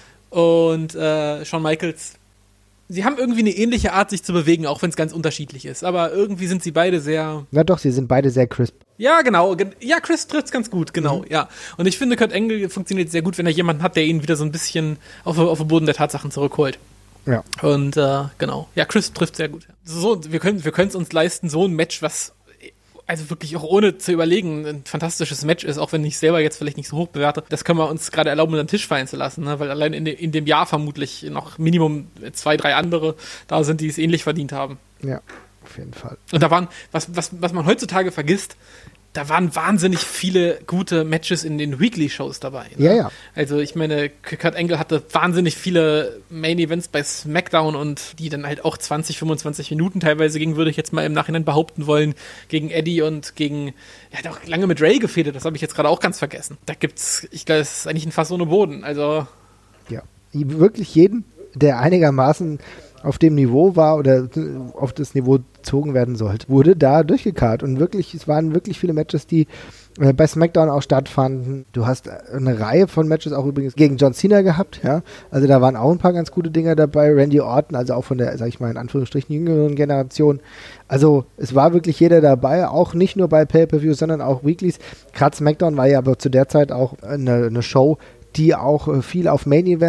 Und Shawn Michaels, sie haben irgendwie eine ähnliche Art, sich zu bewegen, auch wenn es ganz unterschiedlich ist. Aber irgendwie sind sie beide sehr... Na doch, sie sind beide sehr crisp. Ja, genau. Ja, Chris trifft's ganz gut, genau, ja. Und ich finde, Kurt Angle funktioniert sehr gut, wenn er jemanden hat, der ihn wieder so ein bisschen auf den Boden der Tatsachen zurückholt. Ja. Und genau. Ja, Chris trifft sehr gut. So, wir können es uns leisten, so ein Match, was also wirklich auch ohne zu überlegen ein fantastisches Match ist, auch wenn ich selber jetzt vielleicht nicht so hoch bewerte. Das können wir uns gerade erlauben, unter den Tisch fallen zu lassen, ne? Weil allein in dem Jahr vermutlich noch Minimum 2, 3 andere da sind, die es ähnlich verdient haben. Ja, auf jeden Fall. Und da waren, was man heutzutage vergisst, da waren wahnsinnig viele gute Matches in den Weekly-Shows dabei. Ne? Ja, ja. Also ich meine, Kurt Angle hatte wahnsinnig viele Main-Events bei SmackDown und die dann halt auch 20, 25 Minuten teilweise gingen, würde ich jetzt mal im Nachhinein behaupten wollen, gegen Eddie und gegen, er hat auch lange mit Ray gefädelt, das habe ich jetzt gerade auch ganz vergessen. Da gibt's, ich glaube, das ist eigentlich ein Fass ohne Boden. Also ja, wirklich jeden, der einigermaßen auf dem Niveau war oder auf das Niveau gezogen werden sollte, wurde da durchgekarrt. Und wirklich, es waren wirklich viele Matches, die bei SmackDown auch stattfanden. Du hast eine Reihe von Matches auch übrigens gegen John Cena gehabt, ja. Also da waren auch ein paar ganz gute Dinger dabei. Randy Orton, also auch von der, sag ich mal, in Anführungsstrichen jüngeren Generation. Also es war wirklich jeder dabei, auch nicht nur bei Pay-Per-Views, sondern auch Weeklies. Gerade SmackDown war ja aber zu der Zeit auch eine Show, die auch viel auf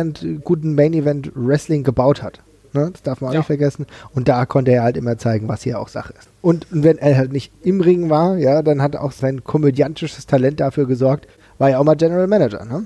guten Main-Event-Wrestling gebaut hat. Ne? Das darf man auch nicht vergessen. Und da konnte er halt immer zeigen, was hier auch Sache ist. Und wenn er halt nicht im Ring war, ja, dann hat auch sein komödiantisches Talent dafür gesorgt, war ja auch mal General Manager, ne?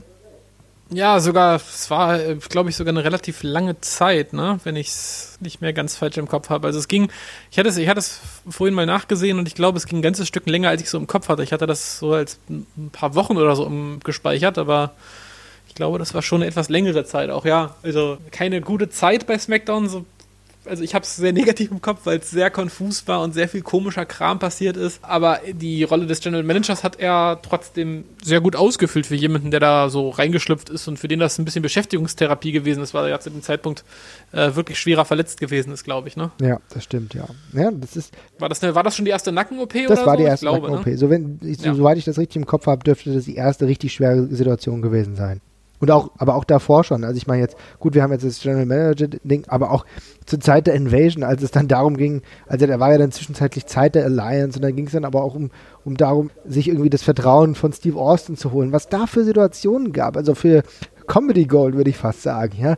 Ja, sogar, es war, glaube ich, sogar eine relativ lange Zeit, ne, wenn ich es nicht mehr ganz falsch im Kopf habe. Also es ging, ich hatte es vorhin mal nachgesehen und ich glaube, es ging ein ganzes Stück länger, als ich so im Kopf hatte. Ich hatte das so als ein paar Wochen oder so gespeichert, aber ich glaube, das war schon eine etwas längere Zeit auch, ja. Also keine gute Zeit bei SmackDown, so. Also ich habe es sehr negativ im Kopf, weil es sehr konfus war und sehr viel komischer Kram passiert ist. Aber die Rolle des General Managers hat er trotzdem sehr gut ausgefüllt für jemanden, der da so reingeschlüpft ist und für den das ein bisschen Beschäftigungstherapie gewesen ist, weil er ja zu dem Zeitpunkt wirklich schwerer verletzt gewesen ist, glaube ich. Ne? Ja, das stimmt, ja. Ja, das ist. War das schon die erste Nacken-OP oder so? Das war die erste Nacken-OP. Ne? Soweit ich das richtig im Kopf habe, dürfte das die erste richtig schwere Situation gewesen sein. Und aber auch davor schon. Also ich meine jetzt, gut, wir haben jetzt das General Manager-Ding, aber auch zur Zeit der Invasion, als es dann darum ging, also da war ja dann zwischenzeitlich Zeit der Alliance und dann ging es dann aber auch um darum, sich irgendwie das Vertrauen von Steve Austin zu holen, was da für Situationen gab, also für Comedy Gold, würde ich fast sagen, ja.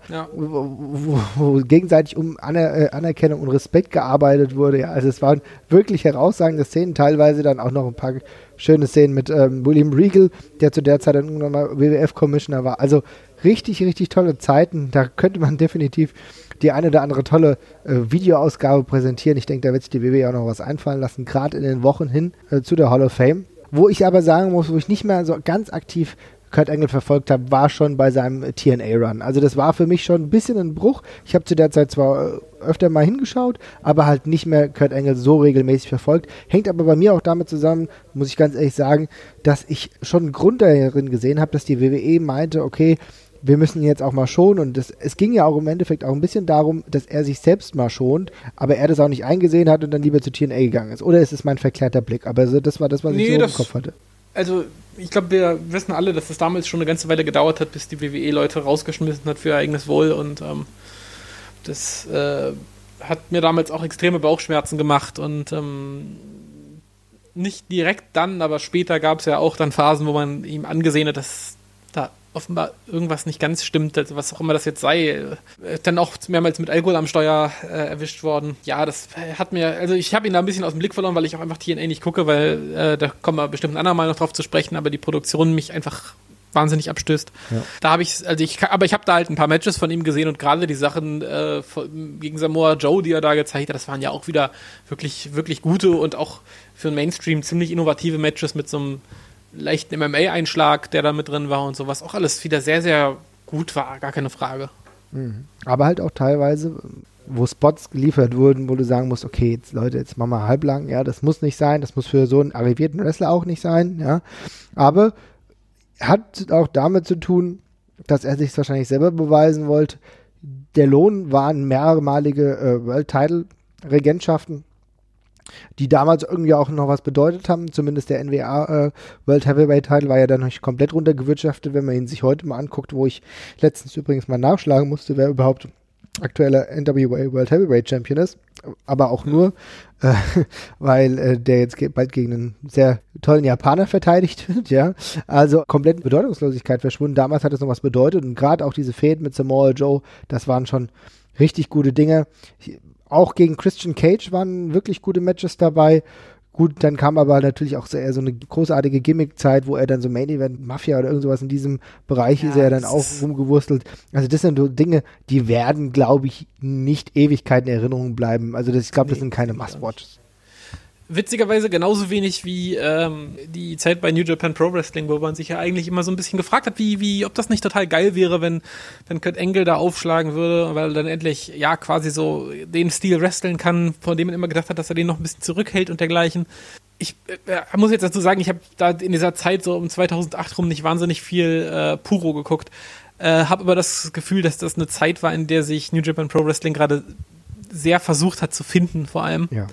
Wo gegenseitig um Anerkennung und Respekt gearbeitet wurde, ja. Also es waren wirklich herausragende Szenen, teilweise dann auch noch ein paar schöne Szenen mit William Regal, der zu der Zeit dann irgendwann mal WWF-Commissioner war. Also richtig, richtig tolle Zeiten. Da könnte man definitiv die eine oder andere tolle Videoausgabe präsentieren. Ich denke, da wird sich die WWE auch noch was einfallen lassen, gerade in den Wochen hin zu der Hall of Fame. Wo ich aber sagen muss, wo ich nicht mehr so ganz aktiv Kurt Angle verfolgt habe, war schon bei seinem TNA-Run. Also das war für mich schon ein bisschen ein Bruch. Ich habe zu der Zeit zwar öfter mal hingeschaut, aber halt nicht mehr Kurt Angle so regelmäßig verfolgt. Hängt aber bei mir auch damit zusammen, muss ich ganz ehrlich sagen, dass ich schon einen Grund darin gesehen habe, dass die WWE meinte, okay, wir müssen ihn jetzt auch mal schonen. Und es ging ja auch im Endeffekt auch ein bisschen darum, dass er sich selbst mal schont, aber er das auch nicht eingesehen hat und dann lieber zu TNA gegangen ist. Oder ist es mein verklärter Blick? Aber das war das, was ich so im Kopf hatte. Also, ich glaube, wir wissen alle, dass es damals schon eine ganze Weile gedauert hat, bis die WWE Leute rausgeschmissen hat für ihr eigenes Wohl und das hat mir damals auch extreme Bauchschmerzen gemacht und nicht direkt dann, aber später gab es ja auch dann Phasen, wo man ihm angesehen hat, dass da offenbar irgendwas nicht ganz stimmt, also was auch immer das jetzt sei, dann auch mehrmals mit Alkohol am Steuer erwischt worden. Ja, das hat mir, also ich habe ihn da ein bisschen aus dem Blick verloren, weil ich auch einfach TNA nicht gucke, weil da kommen wir bestimmt ein andermal noch drauf zu sprechen, aber die Produktion mich einfach wahnsinnig abstößt. Ja. Da habe ich habe da halt ein paar Matches von ihm gesehen und gerade die Sachen gegen Samoa Joe, die er da gezeigt hat, das waren ja auch wieder wirklich, wirklich gute und auch für den Mainstream ziemlich innovative Matches mit so einem leichten MMA-Einschlag, der da mit drin war und sowas. Auch alles wieder sehr, sehr gut war, gar keine Frage. Mhm. Aber halt auch teilweise, wo Spots geliefert wurden, wo du sagen musst, okay, jetzt Leute, jetzt machen wir halblang, ja, das muss nicht sein, das muss für so einen arrivierten Wrestler auch nicht sein, ja. Aber hat auch damit zu tun, dass er sich wahrscheinlich selber beweisen wollte. Der Lohn waren mehrmalige World-Title-Regentschaften. die damals irgendwie auch noch was bedeutet haben. Zumindest der NWA World Heavyweight Title war ja dann nicht komplett runtergewirtschaftet, wenn man ihn sich heute mal anguckt, wo ich letztens übrigens mal nachschlagen musste, wer überhaupt aktueller NWA World Heavyweight Champion ist. Aber auch nur, weil der jetzt bald gegen einen sehr tollen Japaner verteidigt wird, ja. Also komplett Bedeutungslosigkeit verschwunden. Damals hat es noch was bedeutet und gerade auch diese Fehde mit Samoa Joe, das waren schon richtig gute Dinge. Auch gegen Christian Cage waren wirklich gute Matches dabei. Gut, dann kam aber natürlich auch eher so eine großartige Gimmick-Zeit, wo er dann so Main Event Mafia oder irgend sowas in diesem Bereich ist er dann auch rumgewurstelt. Also das sind so Dinge, die werden, glaube ich, nicht Ewigkeit in Erinnerung bleiben. Also ich glaube, das sind keine Must-Watches. Witzigerweise genauso wenig wie die Zeit bei New Japan Pro Wrestling, wo man sich ja eigentlich immer so ein bisschen gefragt hat, ob das nicht total geil wäre, wenn Kurt Angle da aufschlagen würde, weil er dann endlich ja quasi so den Stil wresteln kann, von dem man immer gedacht hat, dass er den noch ein bisschen zurückhält und dergleichen. Ich muss jetzt dazu sagen, ich habe da in dieser Zeit so um 2008 rum nicht wahnsinnig viel Puro geguckt, habe aber das Gefühl, dass das eine Zeit war, in der sich New Japan Pro Wrestling gerade sehr versucht hat zu finden, vor allem. Ja.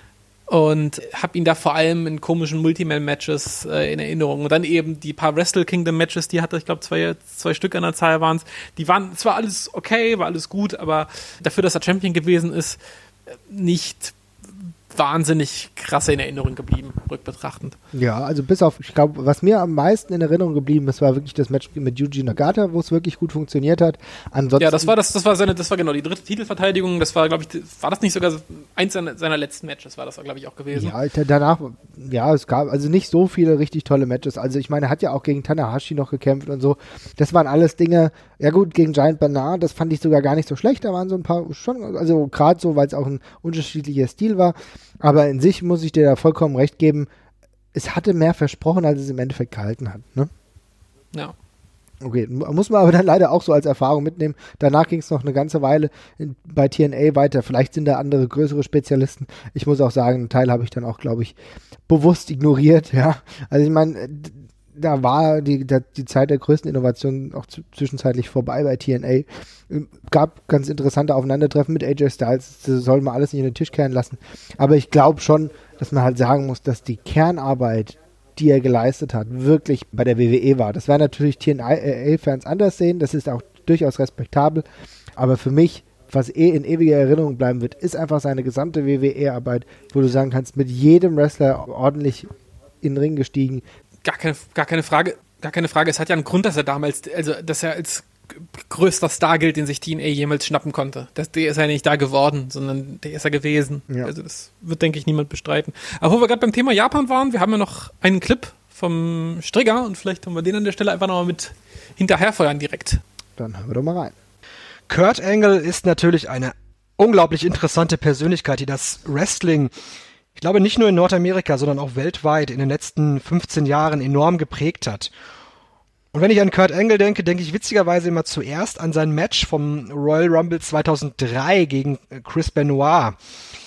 Und habe ihn da vor allem in komischen Multiman-Matches in Erinnerung. Und dann eben die paar Wrestle Kingdom-Matches, die hatte, ich glaube, zwei Stück an der Zahl waren es. Die waren zwar alles okay, war alles gut, aber dafür, dass er Champion gewesen ist, nicht wahnsinnig krass in Erinnerung geblieben, rückbetrachtend. Ja, also bis auf, ich glaube, was mir am meisten in Erinnerung geblieben ist, war wirklich das Match mit Yuji Nagata, wo es wirklich gut funktioniert hat. Ansonsten ja, das war genau die dritte Titelverteidigung, das war, glaube ich, war das nicht sogar eins seiner letzten Matches, war das, glaube ich, auch gewesen. Ja, danach, ja, es gab also nicht so viele richtig tolle Matches. Also ich meine, er hat ja auch gegen Tanahashi noch gekämpft und so. Das waren alles Dinge, ja gut, gegen Giant Bernard, das fand ich sogar gar nicht so schlecht. Da waren so ein paar schon, also gerade so, weil es auch ein unterschiedlicher Stil war. Aber in sich muss ich dir da vollkommen recht geben, es hatte mehr versprochen, als es im Endeffekt gehalten hat, ne? Ja. Okay, muss man aber dann leider auch so als Erfahrung mitnehmen. Danach ging es noch eine ganze Weile bei TNA weiter. Vielleicht sind da andere, größere Spezialisten. Ich muss auch sagen, einen Teil habe ich dann auch, glaube ich, bewusst ignoriert, ja. Also ich meine, da war die Zeit der größten Innovation auch zwischenzeitlich vorbei bei TNA. Gab ganz interessante Aufeinandertreffen mit AJ Styles. Das soll man alles nicht in den Tisch kehren lassen. Aber ich glaube schon, dass man halt sagen muss, dass die Kernarbeit, die er geleistet hat, wirklich bei der WWE war. Das werden natürlich TNA-Fans anders sehen. Das ist auch durchaus respektabel. Aber für mich, was in ewiger Erinnerung bleiben wird, ist einfach seine gesamte WWE-Arbeit, wo du sagen kannst, mit jedem Wrestler ordentlich in den Ring gestiegen. Gar keine Frage. Es hat ja einen Grund, dass er damals, also dass er als größter Star gilt, den sich TNA jemals schnappen konnte. Der ist ja nicht da geworden, sondern der ist ja gewesen. Ja. Also das wird, denke ich, niemand bestreiten. Aber wo wir gerade beim Thema Japan waren, wir haben ja noch einen Clip vom Strigger und vielleicht haben wir den an der Stelle einfach nochmal mit hinterherfeuern direkt. Dann hören wir doch mal rein. Kurt Angle ist natürlich eine unglaublich interessante Persönlichkeit, die das Wrestling, ich glaube, nicht nur in Nordamerika, sondern auch weltweit in den letzten 15 Jahren enorm geprägt hat. Und wenn ich an Kurt Angle denke, denke ich witzigerweise immer zuerst an sein Match vom Royal Rumble 2003 gegen Chris Benoit.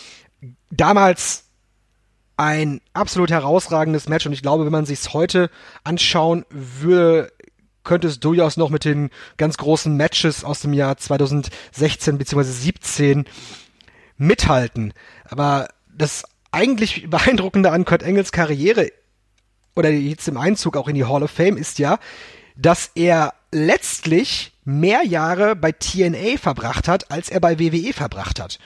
Damals ein absolut herausragendes Match und ich glaube, wenn man sich es heute anschauen würde, könnte es durchaus noch mit den ganz großen Matches aus dem Jahr 2016 bzw. 2017 mithalten. Aber das eigentlich Beeindruckende an Kurt Angles Karriere oder jetzt im Einzug auch in die Hall of Fame ist ja, dass er letztlich mehr Jahre bei TNA verbracht hat, als er bei WWE verbracht hat.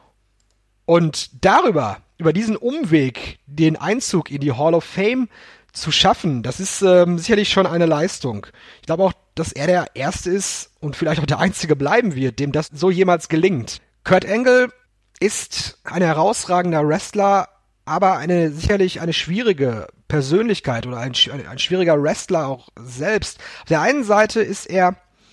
Und über diesen Umweg, den Einzug in die Hall of Fame zu schaffen, das ist sicherlich schon eine Leistung. Ich glaube auch, dass er der Erste ist und vielleicht auch der Einzige bleiben wird, dem das so jemals gelingt. Kurt Angle ist ein herausragender Wrestler, aber sicherlich eine schwierige Persönlichkeit oder ein schwieriger Wrestler auch selbst. Auf der einen Seite ist er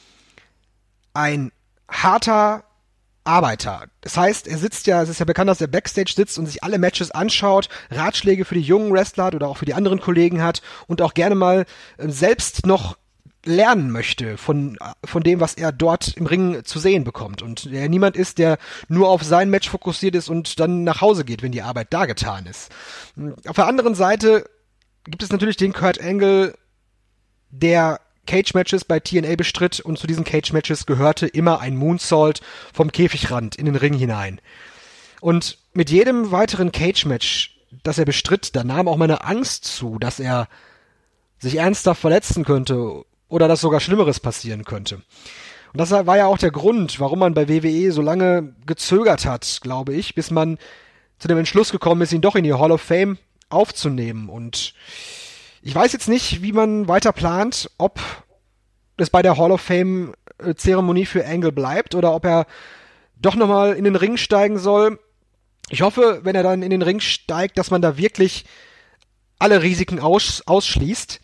ein harter Arbeiter. Das heißt, es ist ja bekannt, dass er Backstage sitzt und sich alle Matches anschaut, Ratschläge für die jungen Wrestler hat oder auch für die anderen Kollegen hat und auch gerne mal selbst noch lernen möchte von dem, was er dort im Ring zu sehen bekommt. Und er niemand ist, der nur auf sein Match fokussiert ist und dann nach Hause geht, wenn die Arbeit da getan ist. Auf der anderen Seite gibt es natürlich den Kurt Angle, der Cage-Matches bei TNA bestritt und zu diesen Cage-Matches gehörte immer ein Moonsault vom Käfigrand in den Ring hinein. Und mit jedem weiteren Cage-Match, das er bestritt, da nahm auch meine Angst zu, dass er sich ernsthaft verletzen könnte oder dass sogar Schlimmeres passieren könnte. Und das war ja auch der Grund, warum man bei WWE so lange gezögert hat, glaube ich, bis man zu dem Entschluss gekommen ist, ihn doch in die Hall of Fame aufzunehmen. Und ich weiß jetzt nicht, wie man weiter plant, ob es bei der Hall of Fame Zeremonie für Angle bleibt oder ob er doch nochmal in den Ring steigen soll. Ich hoffe, wenn er dann in den Ring steigt, dass man da wirklich alle Risiken ausschließt,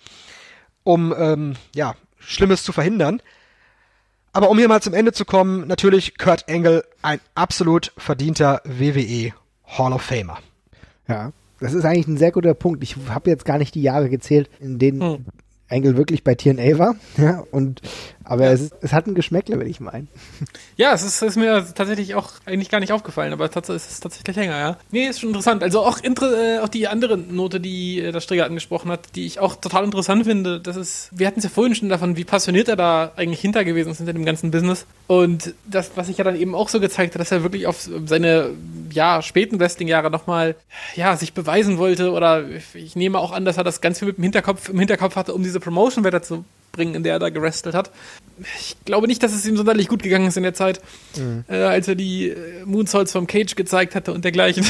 um Schlimmes zu verhindern. Aber um hier mal zum Ende zu kommen, natürlich Kurt Angle ein absolut verdienter WWE Hall of Famer. Ja, das ist eigentlich ein sehr guter Punkt. Ich habe jetzt gar nicht die Jahre gezählt, in denen Angle wirklich bei TNA war. Ja, aber es hat ein Geschmäckle, will ich meinen. Ja, es ist mir tatsächlich auch eigentlich gar nicht aufgefallen, aber es ist tatsächlich länger, ja. Nee, ist schon interessant. Also auch die andere Note, die der Strigger angesprochen hat, die ich auch total interessant finde, wir hatten es ja vorhin schon davon, wie passioniert er da eigentlich hinter gewesen ist hinter dem ganzen Business. Und das, was sich ja dann eben auch so gezeigt hat, dass er wirklich auf seine späten Wrestling-Jahre nochmal sich beweisen wollte, oder ich nehme auch an, dass er das ganz viel im Hinterkopf hatte, um diese Promotion weiterzubringen, in der er da gewrestelt hat. Ich glaube nicht, dass es ihm sonderlich gut gegangen ist in der Zeit, als er die Moonsaults vom Cage gezeigt hatte und dergleichen.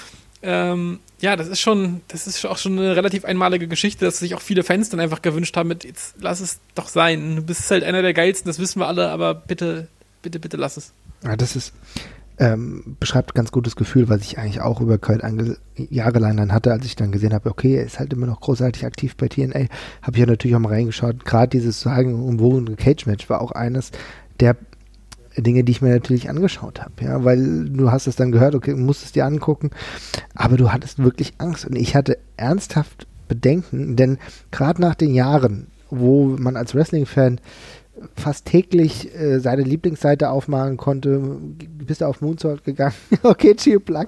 Das ist auch schon eine relativ einmalige Geschichte, dass sich auch viele Fans dann einfach gewünscht haben, jetzt lass es doch sein. Du bist halt einer der Geilsten, das wissen wir alle, aber bitte, bitte, bitte lass es. Ja, das ist beschreibt ein ganz gutes Gefühl, was ich eigentlich auch über Kurt Angle jahrelang dann hatte, als ich dann gesehen habe, okay, er ist halt immer noch großartig aktiv bei TNA, habe ich ja natürlich auch mal reingeschaut. Gerade dieses sagenumwogene Cage-Match war auch eines der Dinge, die ich mir natürlich angeschaut habe, ja, weil du hast es dann gehört, okay, du musst es dir angucken, aber du hattest wirklich Angst und ich hatte ernsthaft Bedenken, denn gerade nach den Jahren, wo man als Wrestling-Fan fast täglich seine Lieblingsseite aufmachen konnte, bist du auf Moonsault gegangen, okay, Plug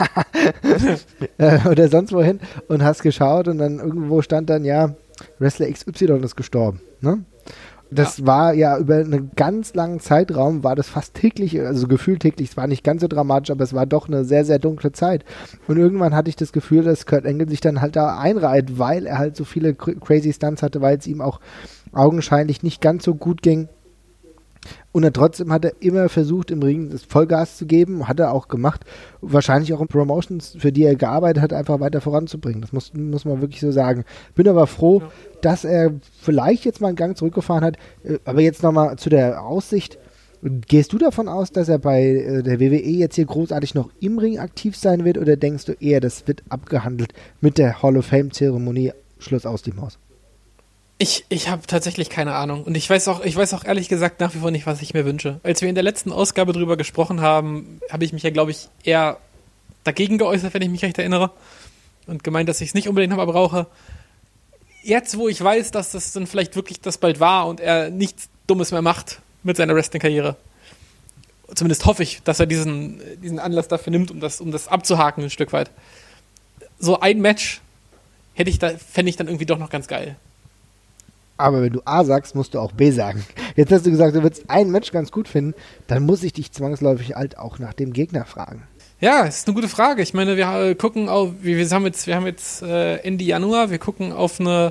oder sonst wohin und hast geschaut und dann irgendwo stand dann, Wrestler XY ist gestorben, ne? Das war ja über einen ganz langen Zeitraum, war das fast täglich, also gefühlt täglich, es war nicht ganz so dramatisch, aber es war doch eine sehr, sehr dunkle Zeit. Und irgendwann hatte ich das Gefühl, dass Kurt Angle sich dann halt da einreiht, weil er halt so viele crazy Stunts hatte, weil es ihm auch augenscheinlich nicht ganz so gut ging. Und trotzdem hat er immer versucht, im Ring das Vollgas zu geben, hat er auch gemacht. Wahrscheinlich auch in Promotions, für die er gearbeitet hat, einfach weiter voranzubringen. Das muss man wirklich so sagen. Bin aber froh, dass er vielleicht jetzt mal einen Gang zurückgefahren hat. Aber jetzt nochmal zu der Aussicht. Gehst du davon aus, dass er bei der WWE jetzt hier großartig noch im Ring aktiv sein wird? Oder denkst du eher, das wird abgehandelt mit der Hall of Fame-Zeremonie? Schluss aus die Maus. Ich habe tatsächlich keine Ahnung. Und ich weiß auch ehrlich gesagt nach wie vor nicht, was ich mir wünsche. Als wir in der letzten Ausgabe drüber gesprochen haben, habe ich mich ja, glaube ich, eher dagegen geäußert, wenn ich mich recht erinnere. Und gemeint, dass ich es nicht unbedingt nochmal brauche. Jetzt, wo ich weiß, dass das dann vielleicht wirklich das bald war und er nichts Dummes mehr macht mit seiner Wrestling-Karriere. Zumindest hoffe ich, dass er diesen Anlass dafür nimmt, um das abzuhaken ein Stück weit. So ein Match fände ich dann irgendwie doch noch ganz geil. Aber wenn du A sagst, musst du auch B sagen. Jetzt hast du gesagt, du würdest ein Match ganz gut finden, dann muss ich dich zwangsläufig halt auch nach dem Gegner fragen. Ja, ist eine gute Frage. Ich meine, wir gucken auf, wir haben jetzt Ende Januar, wir gucken auf eine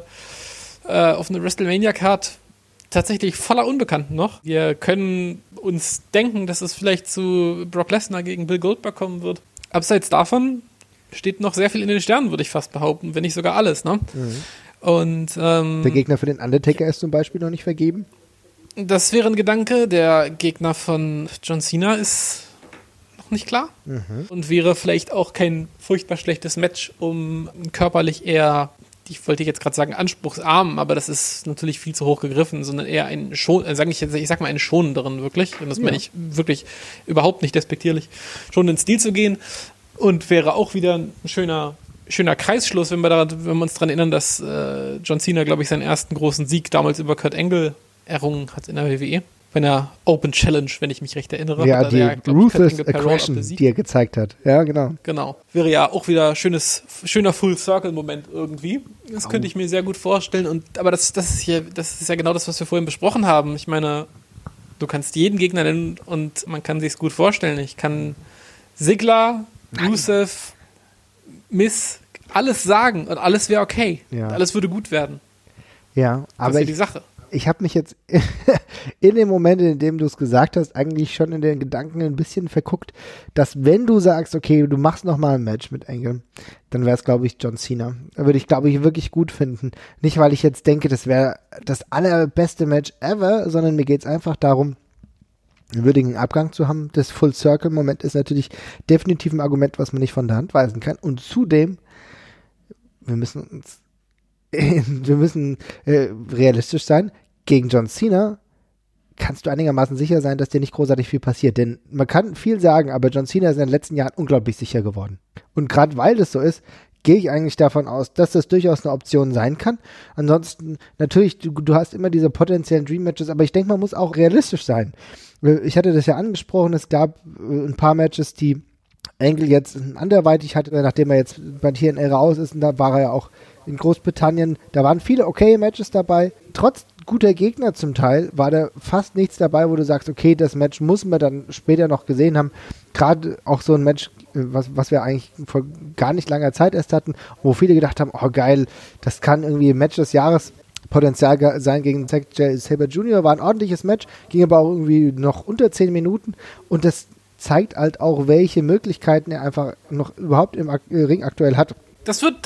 WrestleMania-Card tatsächlich voller Unbekannten noch. Wir können uns denken, dass es vielleicht zu Brock Lesnar gegen Bill Goldberg kommen wird. Abseits davon steht noch sehr viel in den Sternen, würde ich fast behaupten, wenn nicht sogar alles, ne? Mhm. Und der Gegner für den Undertaker ist zum Beispiel noch nicht vergeben? Das wäre ein Gedanke. Der Gegner von John Cena ist noch nicht klar. Und wäre vielleicht auch kein furchtbar schlechtes Match, um körperlich eher, ich wollte jetzt gerade sagen anspruchsarm, aber das ist natürlich viel zu hoch gegriffen, sondern eher einen einen schonenderen wirklich. Und das meine ich wirklich überhaupt nicht despektierlich. Schonenden Stil zu gehen. Und wäre auch wieder ein schöner Kreisschluss, wenn wir uns daran erinnern, dass John Cena, glaube ich, seinen ersten großen Sieg damals über Kurt Angle errungen hat in der WWE. Bei einer Open Challenge, wenn ich mich recht erinnere. Ja, die Ruthless Aggression, die er gezeigt hat. Ja, genau. Genau. Wäre ja auch wieder schöner Full-Circle-Moment irgendwie. Das könnte ich mir sehr gut vorstellen. Aber das ist ja genau das, was wir vorhin besprochen haben. Ich meine, du kannst jeden Gegner nennen und man kann sich's gut vorstellen. Ich kann Ziggler Rusev, Miz, alles sagen und alles wäre okay. Ja. Und alles würde gut werden. Ja, Das aber ist ja die Sache. ich habe mich jetzt in dem Moment, in dem du es gesagt hast, eigentlich schon in den Gedanken ein bisschen verguckt, dass wenn du sagst, okay, du machst nochmal ein Match mit Angle, dann wäre es, glaube ich, John Cena. Da würde ich, glaube ich, wirklich gut finden. Nicht, weil ich jetzt denke, das wäre das allerbeste Match ever, sondern mir geht es einfach darum, einen würdigen Abgang zu haben. Das Full-Circle-Moment ist natürlich definitiv ein Argument, was man nicht von der Hand weisen kann. Und zudem, wir müssen realistisch sein. Gegen John Cena kannst du einigermaßen sicher sein, dass dir nicht großartig viel passiert. Denn man kann viel sagen, aber John Cena ist in den letzten Jahren unglaublich sicher geworden. Und gerade weil das so ist, gehe ich eigentlich davon aus, dass das durchaus eine Option sein kann. Ansonsten, natürlich, du hast immer diese potenziellen Dream-Matches, aber ich denke, man muss auch realistisch sein. Ich hatte das ja angesprochen, es gab ein paar Matches, die Angle jetzt anderweitig hatte, nachdem er jetzt bei TNA raus ist, und da war er ja auch in Großbritannien, da waren viele okay Matches dabei. Trotz guter Gegner zum Teil war da fast nichts dabei, wo du sagst, okay, das Match muss man dann später noch gesehen haben. Gerade auch so ein Match, was wir eigentlich vor gar nicht langer Zeit erst hatten, wo viele gedacht haben, oh geil, das kann irgendwie ein Match des Jahres Potenzial sein gegen Zack Sabre Jr. War ein ordentliches Match, ging aber auch irgendwie noch unter 10 Minuten und das zeigt halt auch, welche Möglichkeiten er einfach noch überhaupt im Ring aktuell hat. Das würde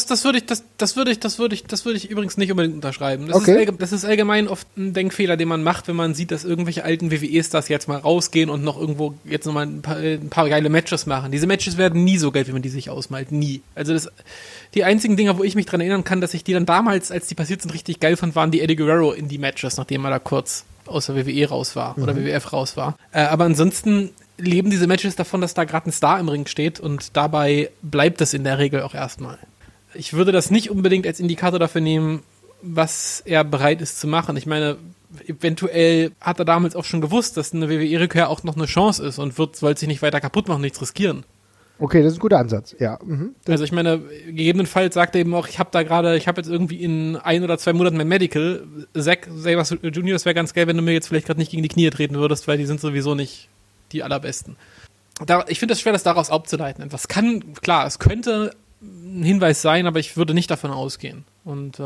ich übrigens nicht unbedingt unterschreiben. Das ist allgemein oft ein Denkfehler, den man macht, wenn man sieht, dass irgendwelche alten WWE-Stars jetzt mal rausgehen und noch irgendwo jetzt nochmal ein paar geile Matches machen. Diese Matches werden nie so geil, wie man die sich ausmalt. Nie. Also die einzigen Dinger, wo ich mich dran erinnern kann, dass ich die dann damals, als die passiert sind, richtig geil fand, waren die Eddie Guerrero in die Matches, nachdem er da kurz aus der WWE raus war oder WWF raus war. Aber ansonsten leben diese Matches davon, dass da gerade ein Star im Ring steht und dabei bleibt es in der Regel auch erstmal. Ich würde das nicht unbedingt als Indikator dafür nehmen, was er bereit ist zu machen. Ich meine, eventuell hat er damals auch schon gewusst, dass eine WWE-Rückkehr auch noch eine Chance ist und wollte sich nicht weiter kaputt machen, nichts riskieren. Okay, das ist ein guter Ansatz, ja. Also ich meine, gegebenenfalls sagt er eben auch, ich habe jetzt irgendwie in 1 oder 2 Monaten mein Medical. Zack Sabre Jr., das wäre ganz geil, wenn du mir jetzt vielleicht gerade nicht gegen die Knie treten würdest, weil die sind sowieso nicht die allerbesten. Ich finde es schwer, das daraus abzuleiten. Es könnte ein Hinweis sein, aber ich würde nicht davon ausgehen. Und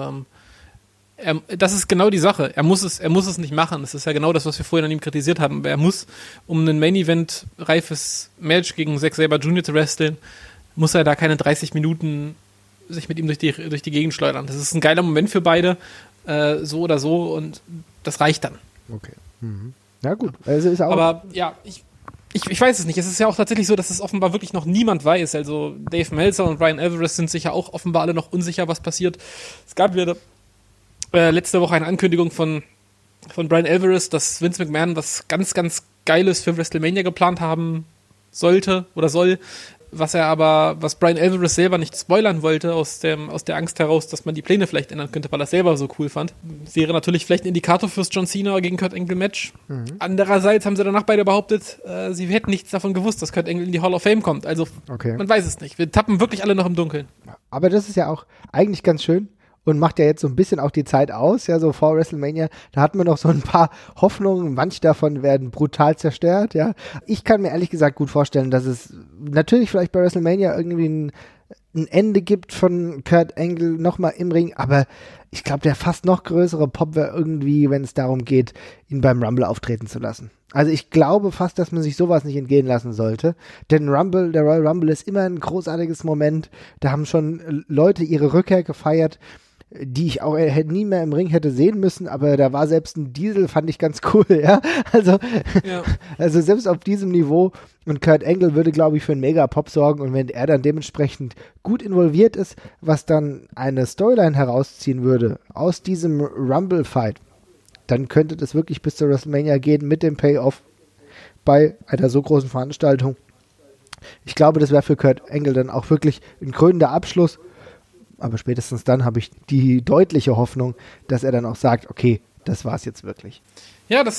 das ist genau die Sache. Er muss es nicht machen. Das ist ja genau das, was wir vorhin an ihm kritisiert haben. Aber er muss, um ein Main-Event-reifes Match gegen Zack Sabre Jr. zu wresteln, muss er da keine 30 Minuten sich mit ihm durch die Gegend schleudern. Das ist ein geiler Moment für beide, so oder so, und das reicht dann. Okay. Ja gut. Also ist auch. Aber ja, ich weiß es nicht. Es ist ja auch tatsächlich so, dass es offenbar wirklich noch niemand weiß. Also Dave Meltzer und Brian Alvarez sind sich ja auch offenbar alle noch unsicher, was passiert. Es gab wieder letzte Woche eine Ankündigung von Brian Alvarez, dass Vince McMahon was ganz, ganz Geiles für WrestleMania geplant haben sollte oder soll, was Brian Alvarez selber nicht spoilern wollte, aus der Angst heraus, dass man die Pläne vielleicht ändern könnte, weil er es selber so cool fand. Wäre natürlich vielleicht ein Indikator fürs John Cena gegen Kurt Angle Match. Andererseits haben sie danach beide behauptet, sie hätten nichts davon gewusst, dass Kurt Angle in die Hall of Fame kommt. Also Man weiß es nicht. Wir tappen wirklich alle noch im Dunkeln. Aber das ist ja auch eigentlich ganz schön. Und macht ja jetzt so ein bisschen auch die Zeit aus, ja, so vor WrestleMania, da hatten wir noch so ein paar Hoffnungen, manche davon werden brutal zerstört, ja. Ich kann mir ehrlich gesagt gut vorstellen, dass es natürlich vielleicht bei WrestleMania irgendwie ein Ende gibt von Kurt Angle nochmal im Ring, aber ich glaube, der fast noch größere Pop wäre irgendwie, wenn es darum geht, ihn beim Rumble auftreten zu lassen. Also ich glaube fast, dass man sich sowas nicht entgehen lassen sollte, denn der Royal Rumble ist immer ein großartiges Moment, da haben schon Leute ihre Rückkehr gefeiert, die ich auch nie mehr im Ring hätte sehen müssen, aber da war selbst ein Diesel, fand ich ganz cool, ja. Also selbst auf diesem Niveau, und Kurt Angle würde, glaube ich, für einen Mega-Pop sorgen, und wenn er dann dementsprechend gut involviert ist, was dann eine Storyline herausziehen würde aus diesem Rumble-Fight, dann könnte das wirklich bis zur WrestleMania gehen mit dem Payoff bei einer so großen Veranstaltung. Ich glaube, das wäre für Kurt Angle dann auch wirklich ein krönender Abschluss. Aber spätestens dann habe ich die deutliche Hoffnung, dass er dann auch sagt, okay, das war's jetzt wirklich. Ja, das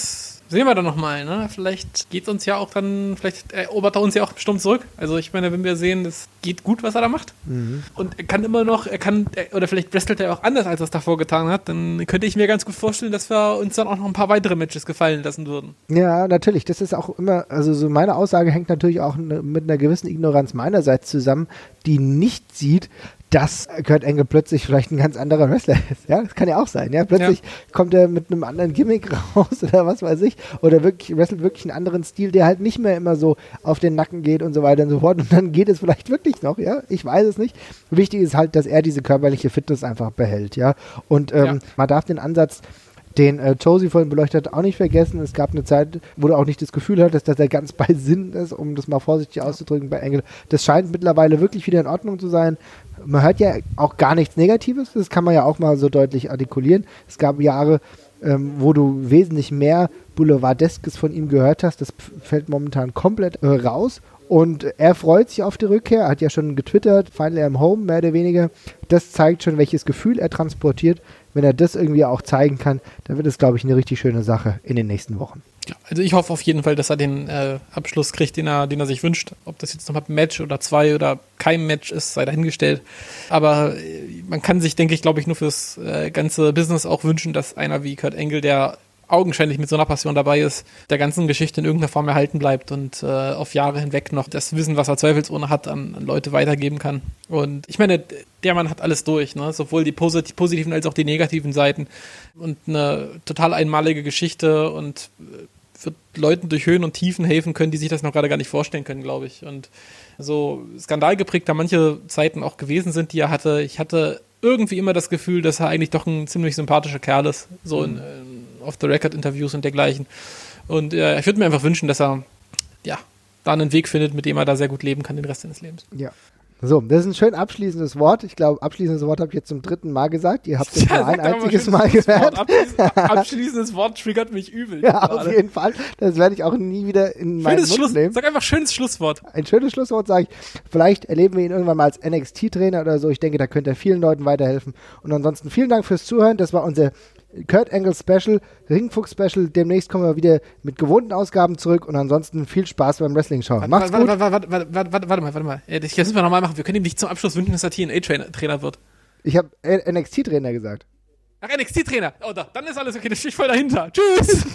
sehen wir dann nochmal, ne? Vielleicht geht uns ja auch dann, vielleicht erobert er uns ja auch bestimmt zurück. Also ich meine, wenn wir sehen, das geht gut, was er da macht. Und er kann immer noch, oder vielleicht wrestelt er auch anders, als er es davor getan hat, dann könnte ich mir ganz gut vorstellen, dass wir uns dann auch noch ein paar weitere Matches gefallen lassen würden. Ja, natürlich. Das ist auch immer, also so meine Aussage hängt natürlich auch mit einer gewissen Ignoranz meinerseits zusammen, die nicht sieht, dass Kurt Angle plötzlich vielleicht ein ganz anderer Wrestler ist. Ja, das kann ja auch sein. Ja, plötzlich kommt er mit einem anderen Gimmick raus oder was weiß ich. Oder wrestelt wirklich einen anderen Stil, der halt nicht mehr immer so auf den Nacken geht und so weiter und so fort. Und dann geht es vielleicht wirklich noch, ja. Ich weiß es nicht. Wichtig ist halt, dass er diese körperliche Fitness einfach behält, ja. Und man darf den Ansatz, den Josie vorhin beleuchtet hat, auch nicht vergessen. Es gab eine Zeit, wo du auch nicht das Gefühl hattest, dass er ganz bei Sinn ist, um das mal vorsichtig auszudrücken bei Angle. Das scheint mittlerweile wirklich wieder in Ordnung zu sein. Man hört ja auch gar nichts Negatives, das kann man ja auch mal so deutlich artikulieren. Es gab Jahre, wo du wesentlich mehr Boulevardeskes von ihm gehört hast. Das fällt momentan komplett raus. Und er freut sich auf die Rückkehr, er hat ja schon getwittert, finally I'm home, mehr oder weniger. Das zeigt schon, welches Gefühl er transportiert. Wenn er das irgendwie auch zeigen kann, dann wird es, glaube ich, eine richtig schöne Sache in den nächsten Wochen. Ja, also ich hoffe auf jeden Fall, dass er den Abschluss kriegt, den er sich wünscht. Ob das jetzt nochmal ein Match oder 2 oder kein Match ist, sei dahingestellt. Aber man kann sich, denke ich, glaube ich, nur fürs ganze Business auch wünschen, dass einer wie Kurt Angle, der augenscheinlich mit so einer Passion dabei ist, der ganzen Geschichte in irgendeiner Form erhalten bleibt und auf Jahre hinweg noch das Wissen, was er zweifelsohne hat, an Leute weitergeben kann. Und ich meine, der Mann hat alles durch, ne? Sowohl die positiven als auch die negativen Seiten und eine total einmalige Geschichte und wird Leuten durch Höhen und Tiefen helfen können, die sich das noch gerade gar nicht vorstellen können, glaube ich. Und so skandalgeprägt da manche Zeiten auch gewesen sind, die er hatte. Ich hatte irgendwie immer das Gefühl, dass er eigentlich doch ein ziemlich sympathischer Kerl ist, so in Off-the-Record-Interviews und dergleichen. Und ich würde mir einfach wünschen, dass er da einen Weg findet, mit dem er da sehr gut leben kann den Rest seines Lebens. Ja. So, das ist ein schön abschließendes Wort. Ich glaube, abschließendes Wort habe ich jetzt zum 3. Mal gesagt. Ihr habt es nur ein einziges Mal gehört. Abschließendes Wort triggert mich übel. Ja, auf jeden Fall. Das werde ich auch nie wieder in meinen Mund nehmen. Sag einfach schönes Schlusswort. Ein schönes Schlusswort, sage ich. Vielleicht erleben wir ihn irgendwann mal als NXT-Trainer oder so. Ich denke, da könnte er vielen Leuten weiterhelfen. Und ansonsten vielen Dank fürs Zuhören. Das war unser Kurt Angle Special, Ringfuchs Special. Demnächst kommen wir wieder mit gewohnten Ausgaben zurück und ansonsten viel Spaß beim Wrestling-Schauen. Macht's gut. Warte mal. Das müssen wir nochmal machen. Wir können ihm nicht zum Abschluss wünschen, dass er TNA-Trainer wird. Ich habe NXT-Trainer gesagt. Ach, NXT-Trainer. Oh, dann ist alles okay. Das stehe ich voll dahinter. Tschüss.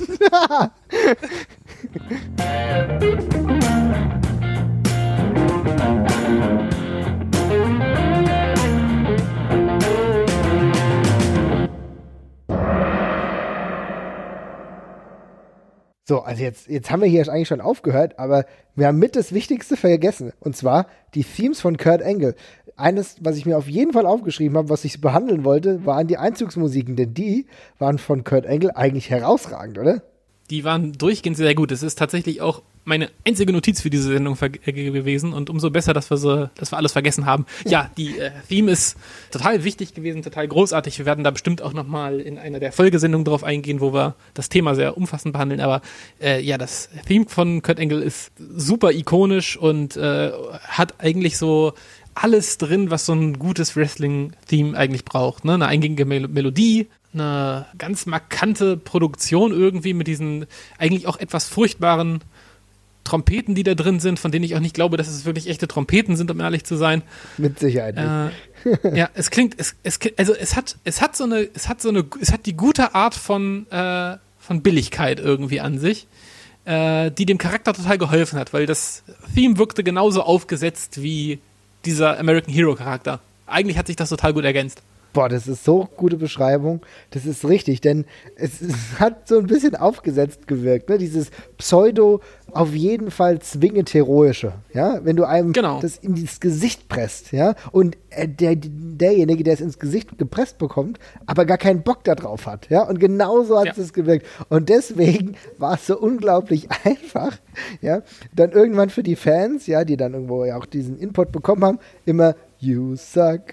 So, also jetzt haben wir hier eigentlich schon aufgehört, aber wir haben mit das Wichtigste vergessen. Und zwar die Themes von Kurt Angle. Eines, was ich mir auf jeden Fall aufgeschrieben habe, was ich behandeln wollte, waren die Einzugsmusiken, denn die waren von Kurt Angle eigentlich herausragend, oder? Die waren durchgehend sehr gut. Es ist tatsächlich auch meine einzige Notiz für diese Sendung gewesen und umso besser, dass wir alles vergessen haben. Ja, die Theme ist total wichtig gewesen, total großartig. Wir werden da bestimmt auch nochmal in einer der Folgesendungen drauf eingehen, wo wir das Thema sehr umfassend behandeln. Aber das Theme von Kurt Angle ist super ikonisch und hat eigentlich so alles drin, was so ein gutes Wrestling-Theme eigentlich braucht. Ne? Eine eingängige Melodie, eine ganz markante Produktion irgendwie mit diesen eigentlich auch etwas furchtbaren Trompeten, die da drin sind, von denen ich auch nicht glaube, dass es wirklich echte Trompeten sind, um ehrlich zu sein. Mit Sicherheit nicht. Ja, es klingt, es hat die gute Art von Billigkeit irgendwie an sich, die dem Charakter total geholfen hat, weil das Theme wirkte genauso aufgesetzt wie dieser American Hero Charakter. Eigentlich hat sich das total gut ergänzt. Boah, das ist so gute Beschreibung. Das ist richtig, denn es hat so ein bisschen aufgesetzt gewirkt, ne? Dieses Pseudo, auf jeden Fall zwingend Heroische, ja? Wenn du einem das ins Gesicht presst, ja? Und derjenige, der es ins Gesicht gepresst bekommt, aber gar keinen Bock da drauf hat, ja? Und genauso hat es gewirkt. Und deswegen war es so unglaublich einfach, ja? Dann irgendwann für die Fans, ja, die dann irgendwo ja auch diesen Input bekommen haben, immer You suck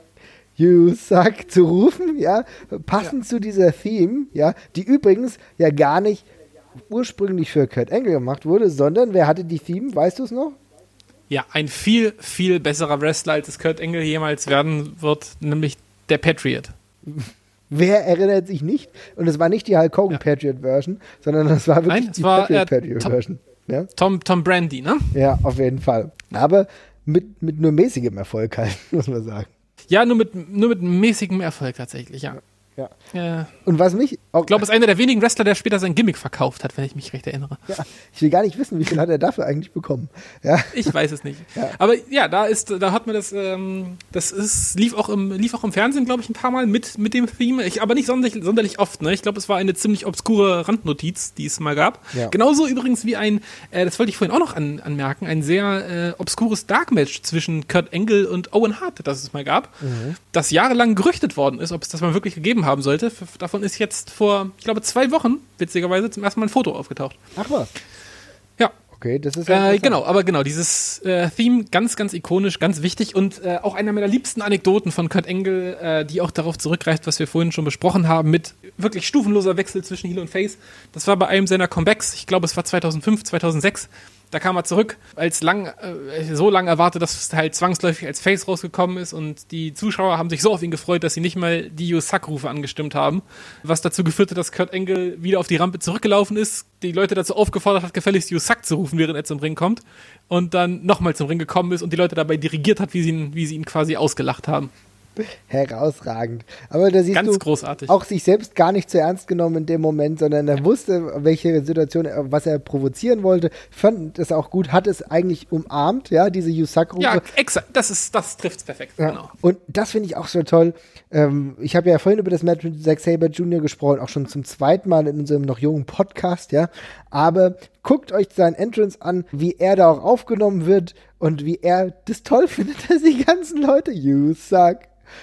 zu rufen, ja, passend zu dieser Theme, ja, die übrigens ja gar nicht ursprünglich für Kurt Angle gemacht wurde, sondern wer hatte die Theme, weißt du es noch? Ja, ein viel, viel besserer Wrestler, als es Kurt Angle jemals werden wird, nämlich der Patriot. Wer erinnert sich nicht? Und es war nicht die Hulk Hogan Patriot Version, sondern das war wirklich die Patriot Version. Ja? Tom Brandy, ne? Ja, auf jeden Fall. Aber mit nur mäßigem Erfolg halt, muss man sagen. Ja, nur mit mäßigem Erfolg tatsächlich, ja. Und was mich auch. Ich glaube, es ist einer der wenigen Wrestler, der später sein Gimmick verkauft hat, wenn ich mich recht erinnere. Ja, ich will gar nicht wissen, wie viel hat er dafür eigentlich bekommen. Ja. Ich weiß es nicht. Ja. Aber ja, da hat man lief auch im Fernsehen, glaube ich, ein paar Mal mit dem Theme. Aber nicht sonderlich oft, ne? Ich glaube, es war eine ziemlich obskure Randnotiz, die es mal gab. Ja. Genauso übrigens wie das wollte ich vorhin auch noch anmerken, ein sehr obskures Dark Match zwischen Kurt Angle und Owen Hart, das es mal gab, das jahrelang gerüchtet worden ist, ob es das mal wirklich gegeben haben sollte. Davon ist jetzt vor, ich glaube, 2 Wochen, witzigerweise, zum ersten Mal ein Foto aufgetaucht. Ach was? Ja. Okay, das ist genau, dieses Theme, ganz, ganz ikonisch, ganz wichtig und auch einer meiner liebsten Anekdoten von Kurt Angle, die auch darauf zurückgreift, was wir vorhin schon besprochen haben, mit wirklich stufenloser Wechsel zwischen Heel und Face. Das war bei einem seiner Comebacks, ich glaube, es war 2005, 2006. Da kam er zurück, als so lang erwartet, dass es halt zwangsläufig als Face rausgekommen ist und die Zuschauer haben sich so auf ihn gefreut, dass sie nicht mal die You Suck-Rufe angestimmt haben, was dazu geführt hat, dass Kurt Angle wieder auf die Rampe zurückgelaufen ist, die Leute dazu aufgefordert hat, gefälligst You Suck zu rufen, während er zum Ring kommt und dann nochmal zum Ring gekommen ist und die Leute dabei dirigiert hat, wie sie ihn quasi ausgelacht haben. Herausragend. Aber da siehst ganz du großartig. Auch sich selbst gar nicht zu ernst genommen in dem Moment, sondern er wusste, welche Situation, was er provozieren wollte, fand es auch gut, hat es eigentlich umarmt, ja, diese You Suck-Rufe. Ja, exakt, das trifft's perfekt, ja. Genau. Und das finde ich auch so toll. Ich habe ja vorhin über das Match mit Zack Sabre Jr. gesprochen, auch schon zum 2. Mal in unserem noch jungen Podcast, ja, aber guckt euch seinen Entrance an, wie er da auch aufgenommen wird und wie er das toll findet, dass die ganzen Leute You Suck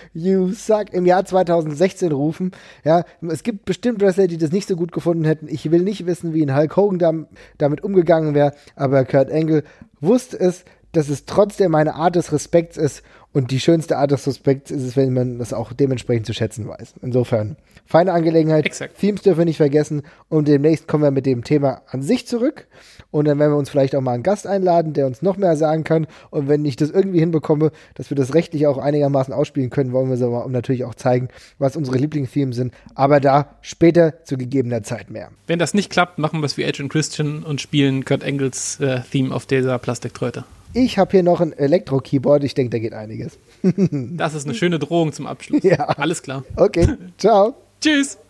im Jahr 2016 rufen. Ja, es gibt bestimmt Wrestler, die das nicht so gut gefunden hätten. Ich will nicht wissen, wie ein Hulk Hogan damit umgegangen wäre, aber Kurt Angle wusste es, dass es trotzdem eine Art des Respekts ist und die schönste Art des Respekts ist es, wenn man das auch dementsprechend zu schätzen weiß. Insofern, feine Angelegenheit. Exakt. Themes dürfen wir nicht vergessen und demnächst kommen wir mit dem Thema an sich zurück und dann werden wir uns vielleicht auch mal einen Gast einladen, der uns noch mehr sagen kann und wenn ich das irgendwie hinbekomme, dass wir das rechtlich auch einigermaßen ausspielen können, wollen wir so mal natürlich auch zeigen, was unsere Lieblingsthemes sind, aber da später zu gegebener Zeit mehr. Wenn das nicht klappt, machen wir es wie Edge und Christian und spielen Kurt Angles Theme auf dieser Plastiktröte. Ich habe hier noch ein Elektro-Keyboard. Ich denke, da geht einiges. Das ist eine schöne Drohung zum Abschluss. Ja. Alles klar. Okay, ciao. Tschüss.